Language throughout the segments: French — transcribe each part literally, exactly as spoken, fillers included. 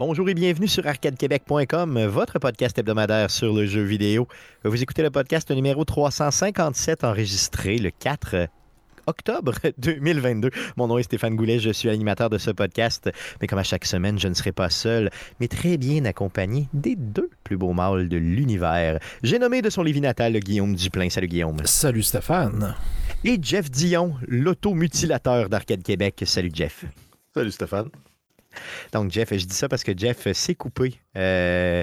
Bonjour et bienvenue sur arcade québec point com, votre podcast hebdomadaire sur le jeu vidéo. Vous écoutez le podcast numéro trois cent cinquante-sept, enregistré le quatre octobre deux mille vingt-deux. Mon nom est Stéphane Goulet, je suis animateur de ce podcast. Mais comme à chaque semaine, je ne serai pas seul, mais très bien accompagné des deux plus beaux mâles de l'univers. J'ai nommé de son Lévis natal Guillaume Duplain. Salut Guillaume. Salut Stéphane. Et Jeff Dion, l'automutilateur d'Arcade Québec. Salut Jeff. Salut Stéphane. Donc Jeff, je dis ça parce que Jeff s'est coupé euh,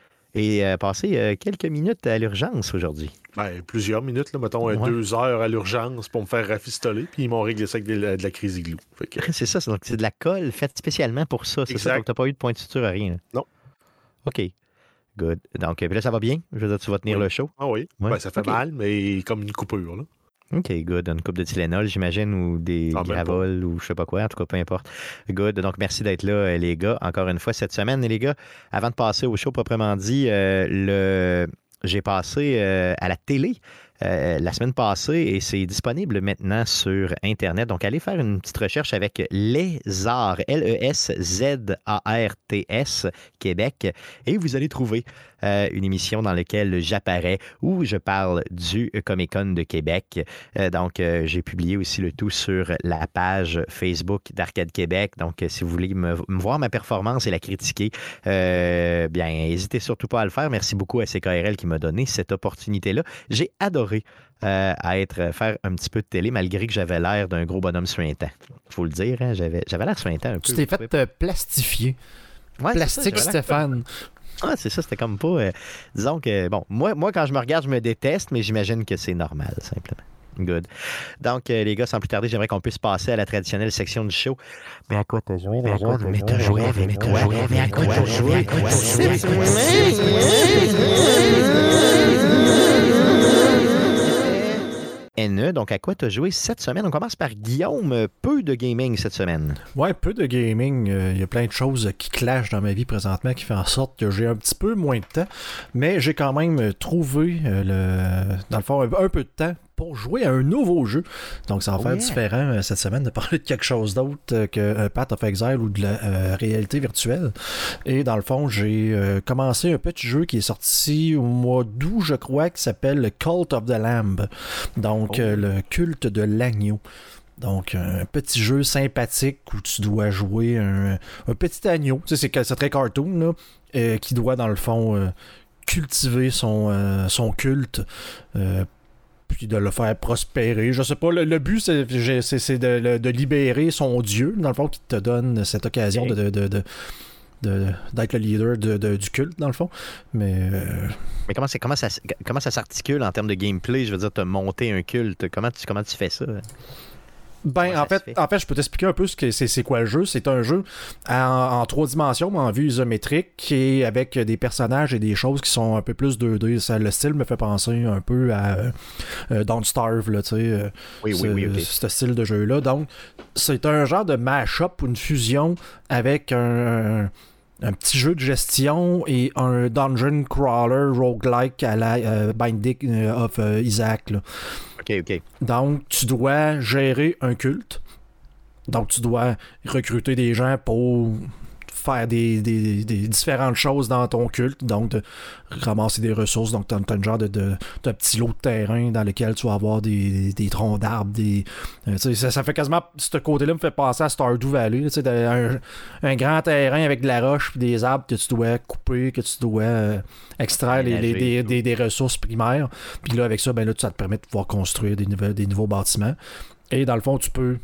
et a passé euh, quelques minutes à l'urgence aujourd'hui. Ben, plusieurs minutes, là, mettons ouais. deux heures à l'urgence pour me faire rafistoler, puis ils m'ont réglé ça avec de la, de la crise igloo. Que... C'est ça, c'est, donc, c'est de la colle faite spécialement pour ça. C'est exact. Ça, donc t'as pas eu de point de suture à rien. Non. OK. Good. Donc là, ça va bien? Je veux dire, tu vas tenir oui. le show? Ah oui. Ouais. Ben, ça fait okay. mal, mais comme une coupure, là. OK, good. Une coupe de Tylenol, j'imagine, ou des ah, Gravol, ou je sais pas quoi. En tout cas, peu importe. Good. Donc, merci d'être là, les gars, encore une fois, cette semaine. Et les gars, avant de passer au show proprement dit, euh, le... j'ai passé euh, à la télé euh, la semaine passée et c'est disponible maintenant sur Internet. Donc, allez faire une petite recherche avec Les Arts, L E S Z A R T S, Québec, et vous allez trouver euh, une émission dans laquelle j'apparais où je parle du Comic-Con de Québec. Euh, donc, euh, j'ai publié aussi le tout sur la page Facebook d'Arcade Québec. Donc, si vous voulez me, me voir ma performance et la critiquer, euh, bien, n'hésitez surtout pas à le faire. Merci beaucoup à C K R L qui m'a donné cette opportunité-là. J'ai adoré Euh, à être faire un petit peu de télé, malgré que j'avais l'air d'un gros bonhomme suintant. Il faut le dire, hein, j'avais, j'avais l'air suintant un peu. Tu t'es fait euh, plastifier. Ouais, Plastique ça, Stéphane. Ah, c'est ça, c'était comme pas... Euh, disons que, bon, moi, moi, quand je me regarde, je me déteste, mais j'imagine que c'est normal, simplement. Good. Donc, euh, les gars, sans plus tarder, j'aimerais qu'on puisse passer à la traditionnelle section du show. Mais à quoi t'as joué? Mais à quoi t'as joué? Mais t'as joué? Mais t'as joué? Mais à quoi t'as joué? N E, donc à quoi tu as joué cette semaine? On commence par Guillaume, peu de gaming cette semaine. Ouais, peu de gaming. Il euh, y a plein de choses qui clashent dans ma vie présentement qui fait en sorte que j'ai un petit peu moins de temps, mais j'ai quand même trouvé, euh, le, dans le fond, un, un peu de temps pour jouer à un nouveau jeu. Donc, ça va oh faire yeah. différent euh, cette semaine de parler de quelque chose d'autre euh, que euh, Path of Exile ou de la euh, réalité virtuelle. Et dans le fond, j'ai euh, commencé un petit jeu qui est sorti au mois d'août, je crois, qui s'appelle le Cult of the Lamb. Donc, oh. euh, le culte de l'agneau. Donc, un petit jeu sympathique où tu dois jouer un, un petit agneau. Tu sais, c'est, c'est très cartoon, là, euh, qui doit, dans le fond, euh, cultiver son, euh, son culte euh, puis de le faire prospérer. Je sais pas, le, le but, c'est, c'est, c'est de, de libérer son dieu, dans le fond, qui te donne cette occasion okay. de, de, de, de, d'être le leader de, de, du culte, dans le fond. Mais, euh... Mais comment, c'est, comment, ça, comment ça s'articule en termes de gameplay? Je veux dire, te monter un culte. Comment tu, comment tu fais ça? Ben, en fait, fait? en fait, je peux t'expliquer un peu ce que c'est, c'est quoi le jeu. C'est un jeu en, en trois dimensions, mais en vue isométrique, qui est avec des personnages et des choses qui sont un peu plus deux D. Ça, le style me fait penser un peu à euh, Don't Starve, là, tu sais. Euh, oui, ce, oui, oui, okay. ce style de jeu-là. Donc, c'est un genre de mash-up ou une fusion avec un... un un petit jeu de gestion et un dungeon crawler roguelike à la euh, Binding of euh, Isaac. Là. OK, OK. Donc, tu dois gérer un culte. Donc, tu dois recruter des gens pour faire des, des, des différentes choses dans ton culte. Donc, de ramasser des ressources. Donc, tu as un genre de, de, de petit lot de terrain dans lequel tu vas avoir des, des troncs d'arbres. Des, euh, ça, ça fait quasiment... Ce côté-là me fait penser à Stardew Valley. Tu sais, un, un grand terrain avec de la roche et des arbres que tu dois couper, que tu dois euh, extraire les, les, des, des, des ressources primaires. Puis là, avec ça, ben là, ça te permet de pouvoir construire des, nouvelles, des nouveaux bâtiments. Et dans le fond, tu peux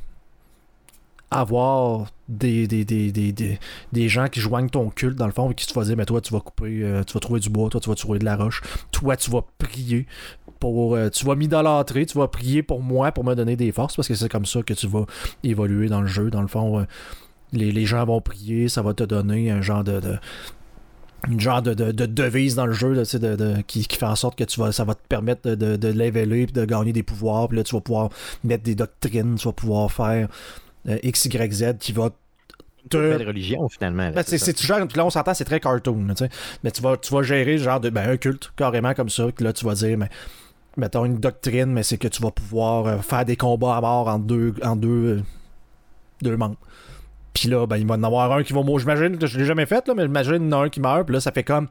avoir des, des, des, des, des, des gens qui joignent ton culte, dans le fond, et qui te vont dire, mais toi, tu vas couper, euh, tu vas trouver du bois, toi, tu vas trouver de la roche, toi, tu vas prier pour, euh, tu vas m'idolâtrer, tu vas prier pour moi, pour me donner des forces, parce que c'est comme ça que tu vas évoluer dans le jeu. Dans le fond, euh, les, les gens vont prier, ça va te donner un genre de... de une genre de, de, de devise dans le jeu là, de, de, qui, qui fait en sorte que tu vas, ça va te permettre de, de, de leveler et de gagner des pouvoirs, puis là, tu vas pouvoir mettre des doctrines, tu vas pouvoir faire Euh, X Y Z qui va te... Une belle religion finalement. Là, ben, c'est, c'est, c'est, genre, là on s'entend, c'est très cartoon là, mais tu vas, tu vas gérer genre de, ben, un culte carrément comme ça, que là tu vas dire mais, mettons une doctrine, mais c'est que tu vas pouvoir euh, faire des combats à mort entre deux, en deux, euh, deux membres. Puis là, ben, il va y en avoir un qui va mourir. J'imagine, je l'ai jamais fait, là, mais j'imagine qu'il y en a un qui meurt. Puis là, ça fait comme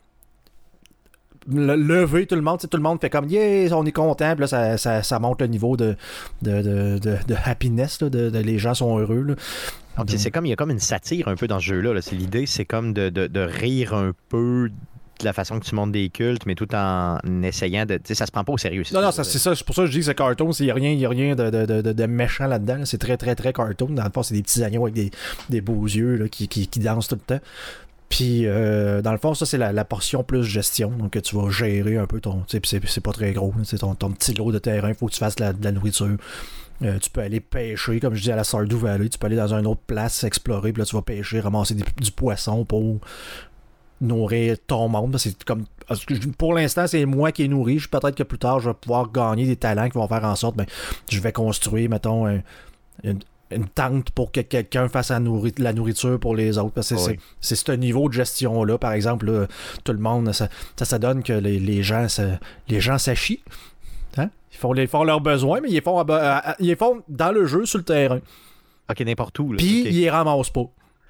le, lever tout le monde. Tout le monde fait comme yeah, on est content. Puis là, ça, ça, ça monte le niveau de, de, de, de, de happiness. Là, de, de, les gens sont heureux. Là. Donc, Donc, c'est comme, il y a comme une satire un peu dans ce jeu-là. Là. C'est, l'idée, c'est comme de, de, de rire un peu de la façon que tu montes des cultes, mais tout en essayant de. Tu sais, ça se prend pas au sérieux. Non, non, ça, c'est ça. C'est pour ça que je dis que c'est cartoon. Il n'y a rien, y a rien de, de, de, de méchant là-dedans. Là. C'est très, très, très cartoon. Dans le fond, c'est des petits agneaux avec des, des beaux yeux là, qui, qui, qui dansent tout le temps. Puis, euh, dans le fond, ça, c'est la, la portion plus gestion. Donc, tu vas gérer un peu ton. Tu sais, puis c'est, c'est pas très gros. C'est ton, ton petit lot de terrain. Il faut que tu fasses de la, de la nourriture. Euh, tu peux aller pêcher, comme je dis à la Stardew Valley. Tu peux aller dans une autre place, explorer. Puis là, tu vas pêcher, ramasser des, du poisson pour nourrir ton monde. C'est comme, pour l'instant, c'est moi qui est nourri. Peut-être que plus tard, je vais pouvoir gagner des talents qui vont faire en sorte, ben, je vais construire, mettons, un, une, une tente pour que quelqu'un fasse la, nourri- la nourriture pour les autres. Parce que c'est, oui. c'est, c'est ce niveau de gestion-là. Par exemple, là, tout le monde, ça, ça, ça donne que les, les gens ça, les gens s'achient. Hein? Ils font, ils font leurs besoins, mais ils les font, euh, ils les font dans le jeu, sur le terrain. OK, n'importe où. Puis, okay. ils les ramassent pas.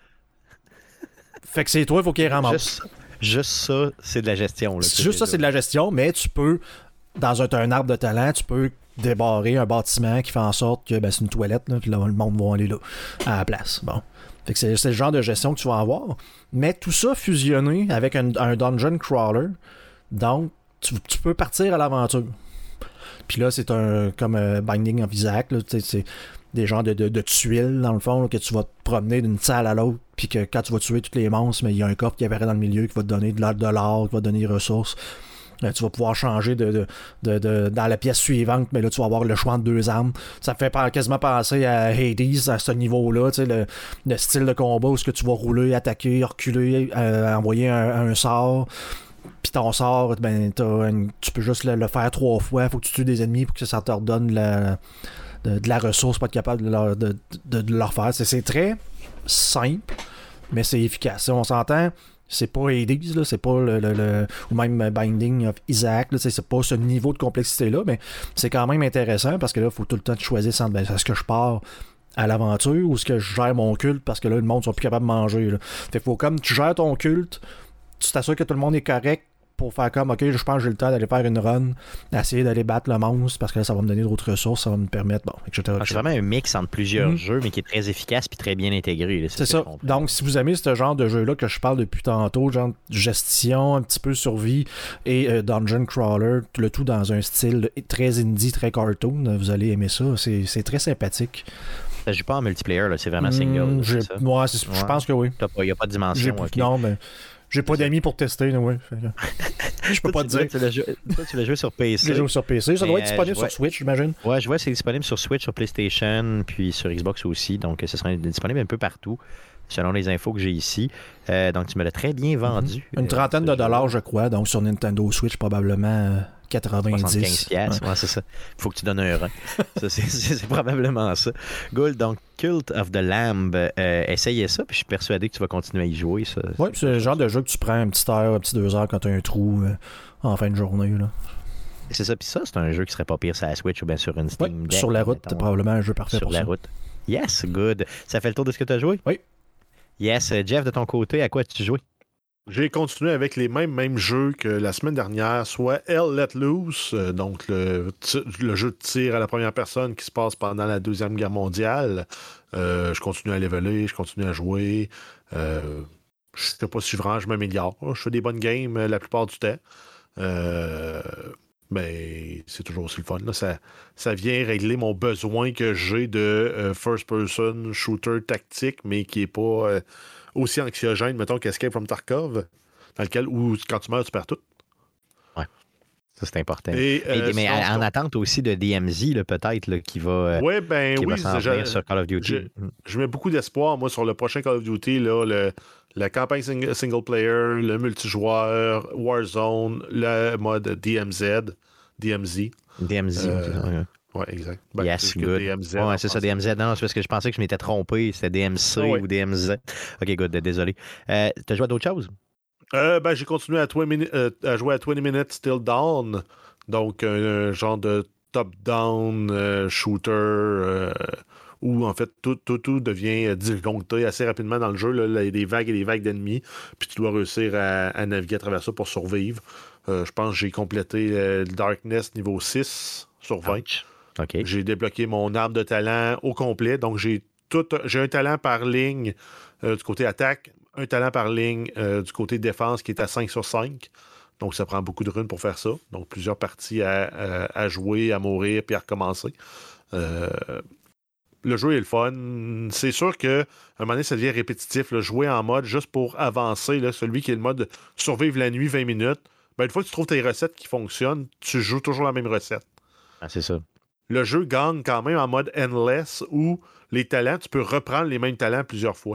Fait que c'est toi, il faut qu'il ramasse. Juste, juste ça, c'est de la gestion. Là, juste ça, c'est de la gestion, mais tu peux, dans un, un arbre de talent, tu peux débarrer un bâtiment qui fait en sorte que ben, c'est une toilette, là, puis là, le monde va aller là, à la place. Bon. Fait que c'est, c'est le genre de gestion que tu vas avoir. Mais tout ça fusionné avec un, un dungeon crawler, donc tu, tu peux partir à l'aventure. Puis là, c'est un comme un Binding of Isaac, là, c'est des genres de, de, de tuiles, dans le fond, là, que tu vas te promener d'une salle à l'autre, puis que quand tu vas tuer tous les monstres, mais il y a un coffre qui apparaît dans le milieu qui va te donner de l'or, de l'or qui va te donner des ressources. Là, tu vas pouvoir changer de, de, de, de, dans la pièce suivante, mais là, tu vas avoir le choix entre deux armes. Ça fait quasiment penser à Hades, à ce niveau-là, tu sais, le, le style de combat où ce que tu vas rouler, attaquer, reculer, euh, envoyer un, un sort. Puis ton sort, ben, une, tu peux juste le, le faire trois fois. Il faut que tu tues des ennemis pour que ça te redonne la... De, de la ressource pour être capable de leur, de, de, de leur faire. C'est, c'est très simple, mais c'est efficace. On s'entend, c'est pas Hades, là, c'est pas le, le, le ou même Binding of Isaac, là, c'est pas ce niveau de complexité-là, mais c'est quand même intéressant parce que là, il faut tout le temps te choisir sans, ben, est-ce que je pars à l'aventure ou est-ce que je gère mon culte parce que là, le monde ne sont plus capables de manger. Là. Fait faut comme tu gères ton culte, tu t'assures que tout le monde est correct pour faire comme, ok, je pense que j'ai le temps d'aller faire une run, d'essayer d'aller battre le monstre, parce que là, ça va me donner d'autres ressources, ça va me permettre, bon, et cetera. Ah, c'est vraiment un mix entre plusieurs mm-hmm. jeux, mais qui est très efficace puis très bien intégré. Là, c'est, c'est ça. Donc, si vous aimez ce genre de jeu-là que je parle depuis tantôt, genre gestion, un petit peu survie et euh, dungeon crawler, le tout dans un style très indie, très cartoon, vous allez aimer ça. C'est, c'est très sympathique. Ça joue pas en multiplayer, là, c'est vraiment single. Mmh, là, c'est ça? Ouais, c'est, ouais. Je pense que oui. Il n'y a pas de dimension. J'ai, okay. Non, mais... J'ai pas d'amis pour tester, oui. Je peux pas te dire. Tu l'as, joué, toi, tu l'as joué sur P C. Je l'ai joué sur P C. Ça doit être disponible euh, sur Switch, j'imagine. Ouais, je vois que c'est disponible sur Switch, sur PlayStation, puis sur Xbox aussi. Donc, ça sera disponible un peu partout, selon les infos que j'ai ici. Euh, donc, tu me l'as très bien vendu. Mm-hmm. Une trentaine euh, de dollars, je crois. Donc, sur Nintendo Switch, probablement euh, quatre-vingt-dix. soixante-quinze piastres, ouais. Ouais, c'est ça. Il faut que tu donnes un rein. ça, c'est, c'est, c'est probablement ça. Gould, donc, Cult of the Lamb, euh, essayez ça, puis je suis persuadé que tu vas continuer à y jouer. Ça. Oui, c'est, c'est le genre de jeu que tu prends un petit heure, un petit deux heures quand tu as un trou euh, en fin de journée. Là. C'est ça, puis ça, c'est un jeu qui serait pas pire sur la Switch ou bien sur une Steam ouais, Deck. Sur la route, mettons, probablement un jeu parfait sur pour la ça. route. Yes, good. Ça fait le tour de ce que tu as joué? Oui. Yes, Jeff, de ton côté, à quoi as-tu joué? J'ai continué avec les mêmes, mêmes jeux que la semaine dernière, soit Hell Let Loose, euh, donc le, le jeu de tir à la première personne qui se passe pendant la Deuxième Guerre mondiale. Euh, je continue à leveler, je continue à jouer. Euh, je sais pas si vraiment je m'améliore. Je fais des bonnes games euh, la plupart du temps. Euh, mais c'est toujours aussi le fun. Là. Ça, ça vient régler mon besoin que j'ai de euh, first-person shooter tactique, mais qui est pas... Euh, aussi anxiogène, mettons, qu'Escape from Tarkov, dans lequel, où quand tu meurs, tu perds tout. Ouais. Ça, c'est important. Et, euh, Et, mais sinon, en attente aussi de D M Z, là, peut-être, là, qui va, euh, ouais, ben, qui oui, va s'en venir je, sur Call of Duty. Je, je mets beaucoup d'espoir, moi, sur le prochain Call of Duty, là, le, la campagne sing- single player, le multijoueur, Warzone, le mode D M Z. D M Z. D M Z, euh, ouais. Oui, exact. Ben, yes, good. D M Z, ouais, c'est ça, D M Z. Non, c'est parce que je pensais que je m'étais trompé. C'était D M C oh, oui. ou D M Z. OK, good, désolé. Euh, t'as joué à d'autres choses? Euh, ben, j'ai continué à, vingt minutes, euh, à jouer à vingt minutes Still Down. Donc, un, un genre de top-down euh, shooter euh, où en fait tout, tout, tout devient disjoncté assez rapidement dans le jeu. Là, il y a des vagues et des vagues d'ennemis, puis tu dois réussir à, à naviguer à travers ça pour survivre. Euh, je pense que j'ai complété euh, le Darkness niveau six sur vingt. Okay. J'ai débloqué mon arbre de talent au complet, donc j'ai tout, j'ai un talent par ligne euh, du côté attaque, un talent par ligne euh, du côté défense qui est à cinq sur cinq. Donc, ça prend beaucoup de runes pour faire ça. Donc, plusieurs parties à, à, à jouer, à mourir, puis à recommencer. Euh, le jeu est le fun. C'est sûr qu'à un moment donné, ça devient répétitif. Là, jouer en mode juste pour avancer, là, celui qui est le mode survivre la nuit vingt minutes, ben, une fois que tu trouves tes recettes qui fonctionnent, tu joues toujours la même recette. Ah, c'est ça. Le jeu gagne quand même en mode endless où les talents, tu peux reprendre les mêmes talents plusieurs fois.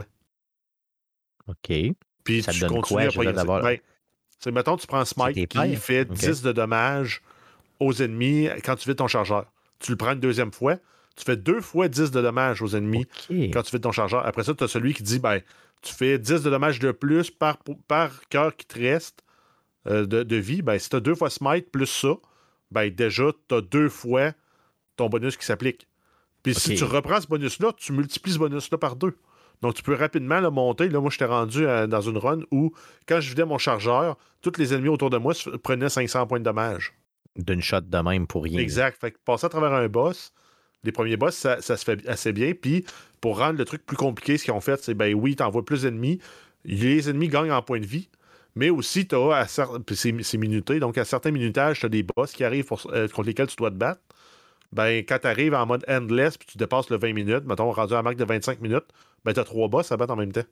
OK. Puis ça tu te donne continues quoi, à progresser. d'avoir... Ben, c'est, mettons, tu prends Smite qui pères. fait okay. dix de dommages aux ennemis quand tu vides ton chargeur. Tu le prends une deuxième fois, tu fais deux fois dix de dommages aux ennemis okay. quand tu vides ton chargeur. Après ça, tu as celui qui dit, ben, tu fais dix de dommages de plus par, par cœur qui te reste euh, de, de vie. Ben, si tu as deux fois Smite plus ça, ben, déjà, tu as deux fois ton bonus qui s'applique. Puis okay. si tu reprends ce bonus-là, tu multiplies ce bonus-là par deux. Donc, tu peux rapidement le monter. Là, moi, j'étais rendu à, dans une run où, quand je vidais mon chargeur, tous les ennemis autour de moi prenaient cinq cents points de dommage. D'une shot de même pour rien. Exact. Fait que passer à travers un boss, les premiers boss, ça, ça se fait assez bien. Puis, pour rendre le truc plus compliqué, ce qu'ils ont fait, c'est, ben oui, t'envoies plus d'ennemis. Les ennemis gagnent en points de vie. Mais aussi, t'as à cer- c'est, c'est minuté. Donc, à certains minutages, t'as des boss qui arrivent pour, euh, contre lesquels tu dois te battre. Ben, quand tu arrives en mode endless puis tu dépasses le vingt minutes, mettons, rendu à la marque de vingt-cinq minutes, ben, tu as trois boss à battre en même temps.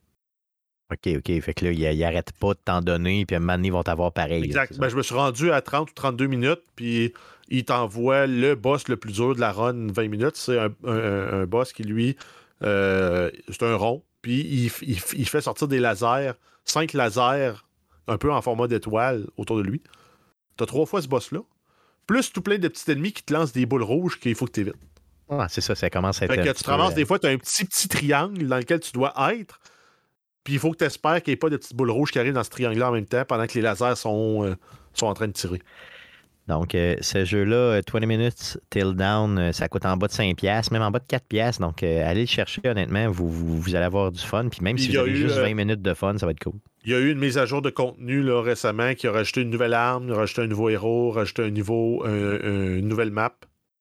OK, OK. Fait que là, ils n'arrêtent pas de t'en donner, puis à un moment donné, ils vont t'avoir pareil. Exact. Là, ben, je me suis rendu à trente ou trente-deux minutes, puis ils t'envoient le boss le plus dur de la run vingt minutes. C'est un, un, un boss qui, lui, euh, c'est un rond, puis il, il, il fait sortir des lasers, cinq lasers, un peu en format d'étoile autour de lui. Tu as trois fois ce boss-là. Plus tout plein de petits ennemis qui te lancent des boules rouges qu'il faut que tu évites. Ah, c'est ça, ça commence à être. Fait que tu te ramasses, peu... des fois, tu as un petit, petit triangle dans lequel tu dois être, puis il faut que tu espères qu'il n'y ait pas de petites boules rouges qui arrivent dans ce triangle-là en même temps pendant que les lasers sont, euh, sont en train de tirer. Donc, euh, ce jeu-là, vingt minutes till down, euh, ça coûte en bas de cinq piastres, même en bas de quatre piastres. Donc, euh, allez le chercher, honnêtement, vous, vous, vous allez avoir du fun. Puis même si vous avez eu, juste vingt euh... minutes de fun, ça va être cool. Il y a eu une mise à jour de contenu là, récemment qui a rajouté une nouvelle arme, a rajouté un nouveau héros, rajouté un niveau, un, un, une nouvelle map.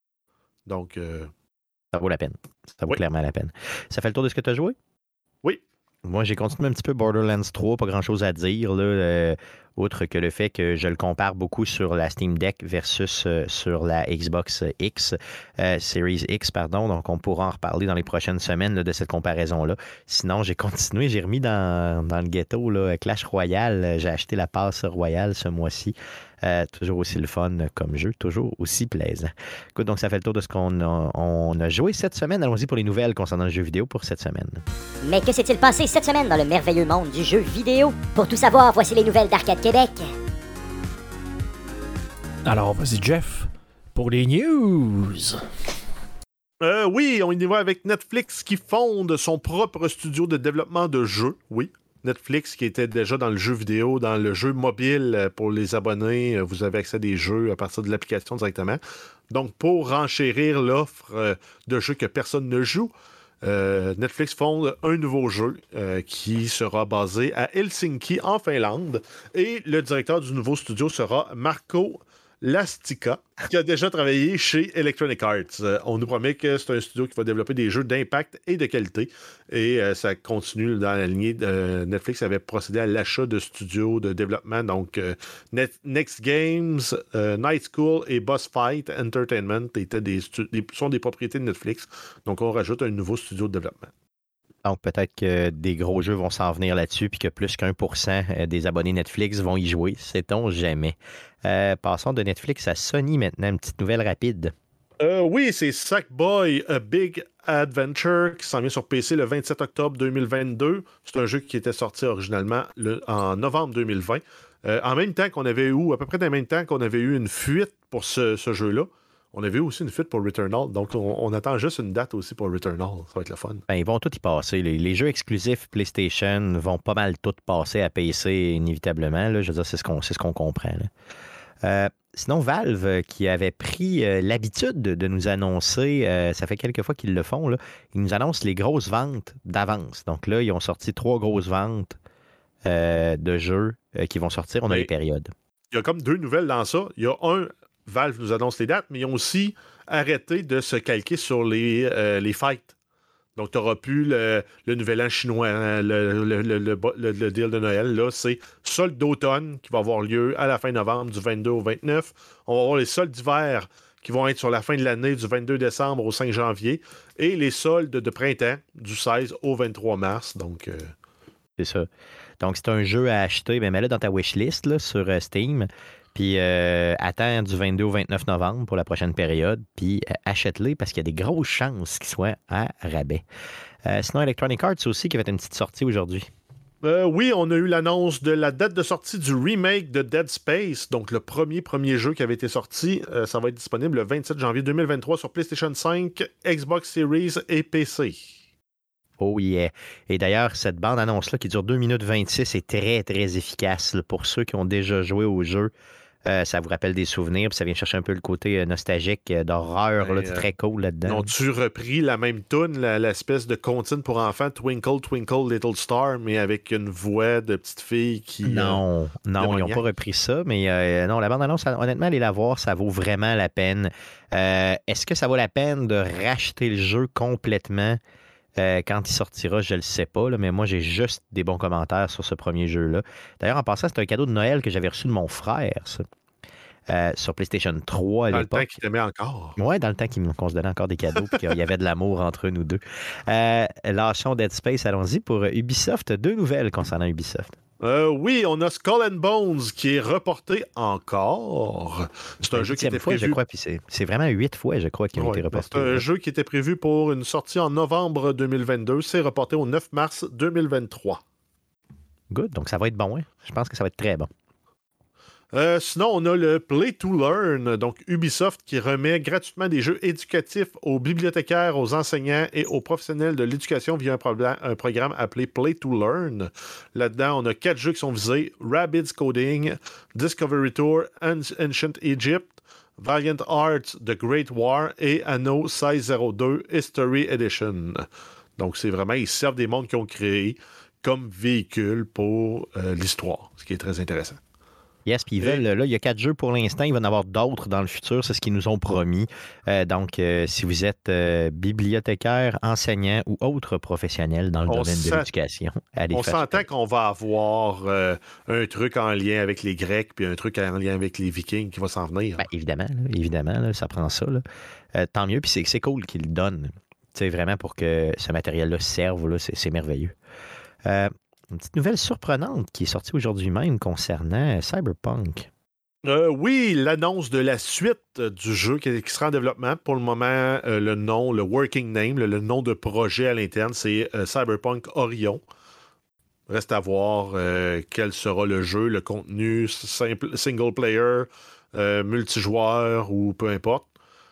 Donc, euh... ça vaut la peine. Ça vaut oui. clairement la peine. Ça fait le tour de ce que tu as joué? Oui. Moi, j'ai continué un petit peu Borderlands trois, pas grand-chose à dire, là, euh, outre que le fait que je le compare beaucoup sur la Steam Deck versus euh, sur la Xbox X, euh, Series X, pardon. Donc, on pourra en reparler dans les prochaines semaines là, de cette comparaison-là. Sinon, j'ai continué, j'ai remis dans, dans le ghetto là, Clash Royale. J'ai acheté la passe Royale ce mois-ci. Euh, toujours aussi le fun comme jeu, toujours aussi plaisant. Écoute, donc ça fait le tour de ce qu'on a, on a joué cette semaine. Allons-y pour les nouvelles concernant le jeu vidéo pour cette semaine. Mais que s'est-il passé cette semaine dans le merveilleux monde du jeu vidéo? Pour tout savoir, voici les nouvelles d'Arcade Québec. Alors, vas-y Jeff, pour les news. Euh, oui, on y va avec Netflix qui fonde son propre studio de développement de jeux, oui. Netflix qui était déjà dans le jeu vidéo, dans le jeu mobile pour les abonnés. Vous avez accès à des jeux à partir de l'application directement. Donc, pour renchérir l'offre de jeux que personne ne joue, euh, Netflix fonde un nouveau jeu euh, qui sera basé à Helsinki, en Finlande. Et le directeur du nouveau studio sera Marco Lastica, qui a déjà travaillé chez Electronic Arts. Euh, on nous promet que c'est un studio qui va développer des jeux d'impact et de qualité. Et euh, ça continue dans la lignée de euh, Netflix avait procédé à l'achat de studios de développement. Donc, euh, Net, Next Games, euh, Night School et Boss Fight Entertainment étaient des stu- des, sont des propriétés de Netflix. Donc, on rajoute un nouveau studio de développement. Donc, peut-être que des gros jeux vont s'en venir là-dessus puis que plus qu'un pour cent des abonnés Netflix vont y jouer. Sait-on jamais. Euh, passons de Netflix à Sony maintenant. Une petite nouvelle rapide. Euh, oui, c'est Sackboy A Big Adventure qui s'en vient sur P C le vingt-sept octobre deux mille vingt-deux. C'est un jeu qui était sorti originalement le, en novembre deux mille vingt. Euh, en même temps qu'on avait eu, à peu près en même temps qu'on avait eu une fuite pour ce, ce jeu-là, on avait eu aussi une fuite pour Returnal. Donc, on, on attend juste une date aussi pour Returnal. Ça va être le fun. Ben, ils vont tous y passer. Les, les jeux exclusifs PlayStation vont pas mal tous passer à P C inévitablement. Là. Je veux dire, c'est ce qu'on, c'est ce qu'on comprend. Là. Euh, sinon, Valve, euh, qui avait pris euh, l'habitude de, de nous annoncer, euh, ça fait quelques fois qu'ils le font, là, ils nous annoncent les grosses ventes d'avance. Donc là, ils ont sorti trois grosses ventes euh, de jeux euh, qui vont sortir. On a mais les périodes. Il y a comme deux nouvelles dans ça. Il y a un, Valve nous annonce les dates, mais ils ont aussi arrêté de se calquer sur les, euh, les fights. Donc, tu n'auras plus le, le nouvel an chinois, hein, le, le, le, le, le, le deal de Noël. Là, c'est solde d'automne qui va avoir lieu à la fin novembre, du vingt-deux au vingt-neuf. On va avoir les soldes d'hiver qui vont être sur la fin de l'année, du vingt-deux décembre au cinq janvier. Et les soldes de printemps, du seize au vingt-trois mars. Donc, euh... c'est ça. Donc, c'est un jeu à acheter. Ben, mets-le dans ta wishlist là, sur euh, Steam. Puis, euh, attends du vingt-deux au vingt-neuf novembre pour la prochaine période. Puis, euh, achète-les parce qu'il y a des grosses chances qu'ils soient à rabais. Euh, sinon, Electronic Arts aussi qui va être une petite sortie aujourd'hui. Euh, oui, on a eu l'annonce de la date de sortie du remake de Dead Space. Donc, le premier, premier jeu qui avait été sorti. Euh, ça va être disponible le vingt-sept janvier deux mille vingt-trois sur PlayStation cinq, Xbox Series et P C. Oh yeah. Et d'ailleurs, cette bande-annonce-là qui dure deux minutes vingt-six est très, très efficace là, pour ceux qui ont déjà joué au jeu. Euh, ça vous rappelle des souvenirs, puis ça vient chercher un peu le côté euh, nostalgique euh, d'horreur. Là, c'est euh, très cool là-dedans. Ont-tu repris la même toune, la, l'espèce de comptine pour enfants, Twinkle, Twinkle, Little Star, mais avec une voix de petite fille qui... Non, euh, non, ils n'ont pas repris ça, mais euh, non, la bande-annonce, honnêtement, allez la voir, ça vaut vraiment la peine. Euh, est-ce que ça vaut la peine de racheter le jeu complètement euh, quand il sortira? Je ne le sais pas, là, mais moi, j'ai juste des bons commentaires sur ce premier jeu-là. D'ailleurs, en passant, c'est un cadeau de Noël que j'avais reçu de mon frère, ça. Euh, sur PlayStation trois à dans l'époque. Dans le temps qu'il t'aimait encore. Oui, dans le temps qu'il, qu'on se donnait encore des cadeaux et qu'il y avait de l'amour entre nous deux. Euh, lâchons Dead Space, allons-y pour Ubisoft. Deux nouvelles concernant Ubisoft. Euh, oui, on a Skull and Bones qui est reporté encore. C'est un jeu qui était fois, prévu... je crois, puis c'est, c'est vraiment huit fois, je crois, qu'il a ouais, été reporté. C'est un jeu qui était prévu pour une sortie en novembre deux mille vingt-deux. C'est reporté au neuf mars deux mille vingt-trois. Good, donc ça va être bon, hein? Je pense que ça va être très bon. Euh, sinon, on a le Play to Learn, donc Ubisoft qui remet gratuitement des jeux éducatifs aux bibliothécaires, aux enseignants et aux professionnels de l'éducation via un, problème, un programme appelé Play to Learn. Là-dedans, on a quatre jeux qui sont visés: Rabbids Coding, Discovery Tour, Ancient Egypt, Valiant Arts, The Great War et Anno seize zéro deux History Edition. Donc, c'est vraiment, ils servent des mondes qu'ils ont créés comme véhicule pour euh, l'histoire, ce qui est très intéressant. Yes, puis ils veulent, là, il y a quatre jeux pour l'instant, il va y en avoir d'autres dans le futur, c'est ce qu'ils nous ont promis. Euh, donc, euh, si vous êtes euh, bibliothécaire, enseignant ou autre professionnel dans le on domaine sent... de l'éducation, allez on faire s'entend ça. qu'on va avoir euh, un truc en lien avec les Grecs puis un truc en lien avec les Vikings qui va s'en venir. Ben, évidemment, là, évidemment, là, ça prend ça. Là. Euh, tant mieux, puis c'est, c'est cool qu'ils le donnent. Tu sais, vraiment pour que ce matériel-là serve, là, c'est, c'est merveilleux. Euh, Une petite nouvelle surprenante qui est sortie aujourd'hui même concernant Cyberpunk. Euh, oui, l'annonce de la suite du jeu qui, qui sera en développement. Pour le moment, euh, le nom, le working name, le, le nom de projet à l'interne, c'est euh, Cyberpunk Orion. Reste à voir euh, quel sera le jeu, le contenu simple, single player, euh, multijoueur ou peu importe.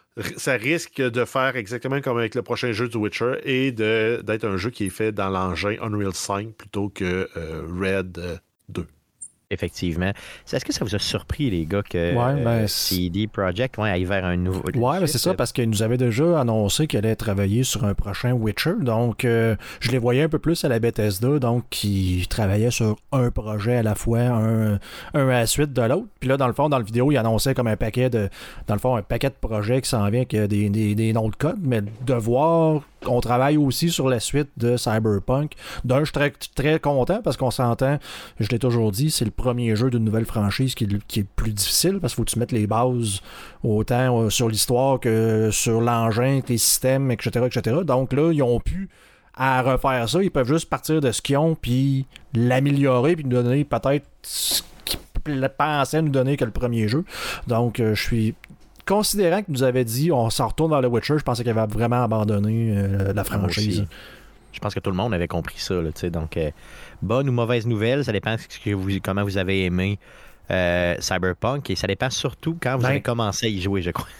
Ça risque de faire exactement comme avec le prochain jeu du Witcher et de, d'être un jeu qui est fait dans l'engin Unreal cinq plutôt que euh, Red deux. Effectivement. Est-ce que ça vous a surpris, les gars, que ouais, ben, euh, C D Projekt ouais, aille vers un nouveau... Ouais, ben c'est ça, parce qu'ils nous avaient déjà annoncé qu'ils allaient travailler sur un prochain Witcher. Donc, euh, je les voyais un peu plus à la Bethesda, donc qui travaillaient sur un projet à la fois, un, un à la suite de l'autre. Puis là, dans le fond, dans la vidéo, ils annonçaient comme un paquet de... Dans le fond, un paquet de projets qui s'en vient avec des, des, des noms de code, mais de voir... On travaille aussi sur la suite de Cyberpunk. D'un, je suis très, très content parce qu'on s'entend, je l'ai toujours dit, c'est le premier jeu d'une nouvelle franchise qui est, qui est plus difficile parce qu'il faut que tu mettes les bases autant sur l'histoire que sur l'engin, les systèmes, et cetera, et cetera. Donc là, ils ont pu à refaire ça. Ils peuvent juste partir de ce qu'ils ont puis l'améliorer puis nous donner peut-être ce qu'ils pensaient nous donner que le premier jeu. Donc, euh, je suis... Considérant qu'il nous avait dit on s'en retourne vers le Witcher, je pensais qu'il avait vraiment abandonné euh, la franchise. Je pense que tout le monde avait compris ça. Là, donc, euh, bonne ou mauvaise nouvelle, ça dépend de vous, comment vous avez aimé euh, Cyberpunk et ça dépend surtout quand vous ben, avez commencé à y jouer, je crois.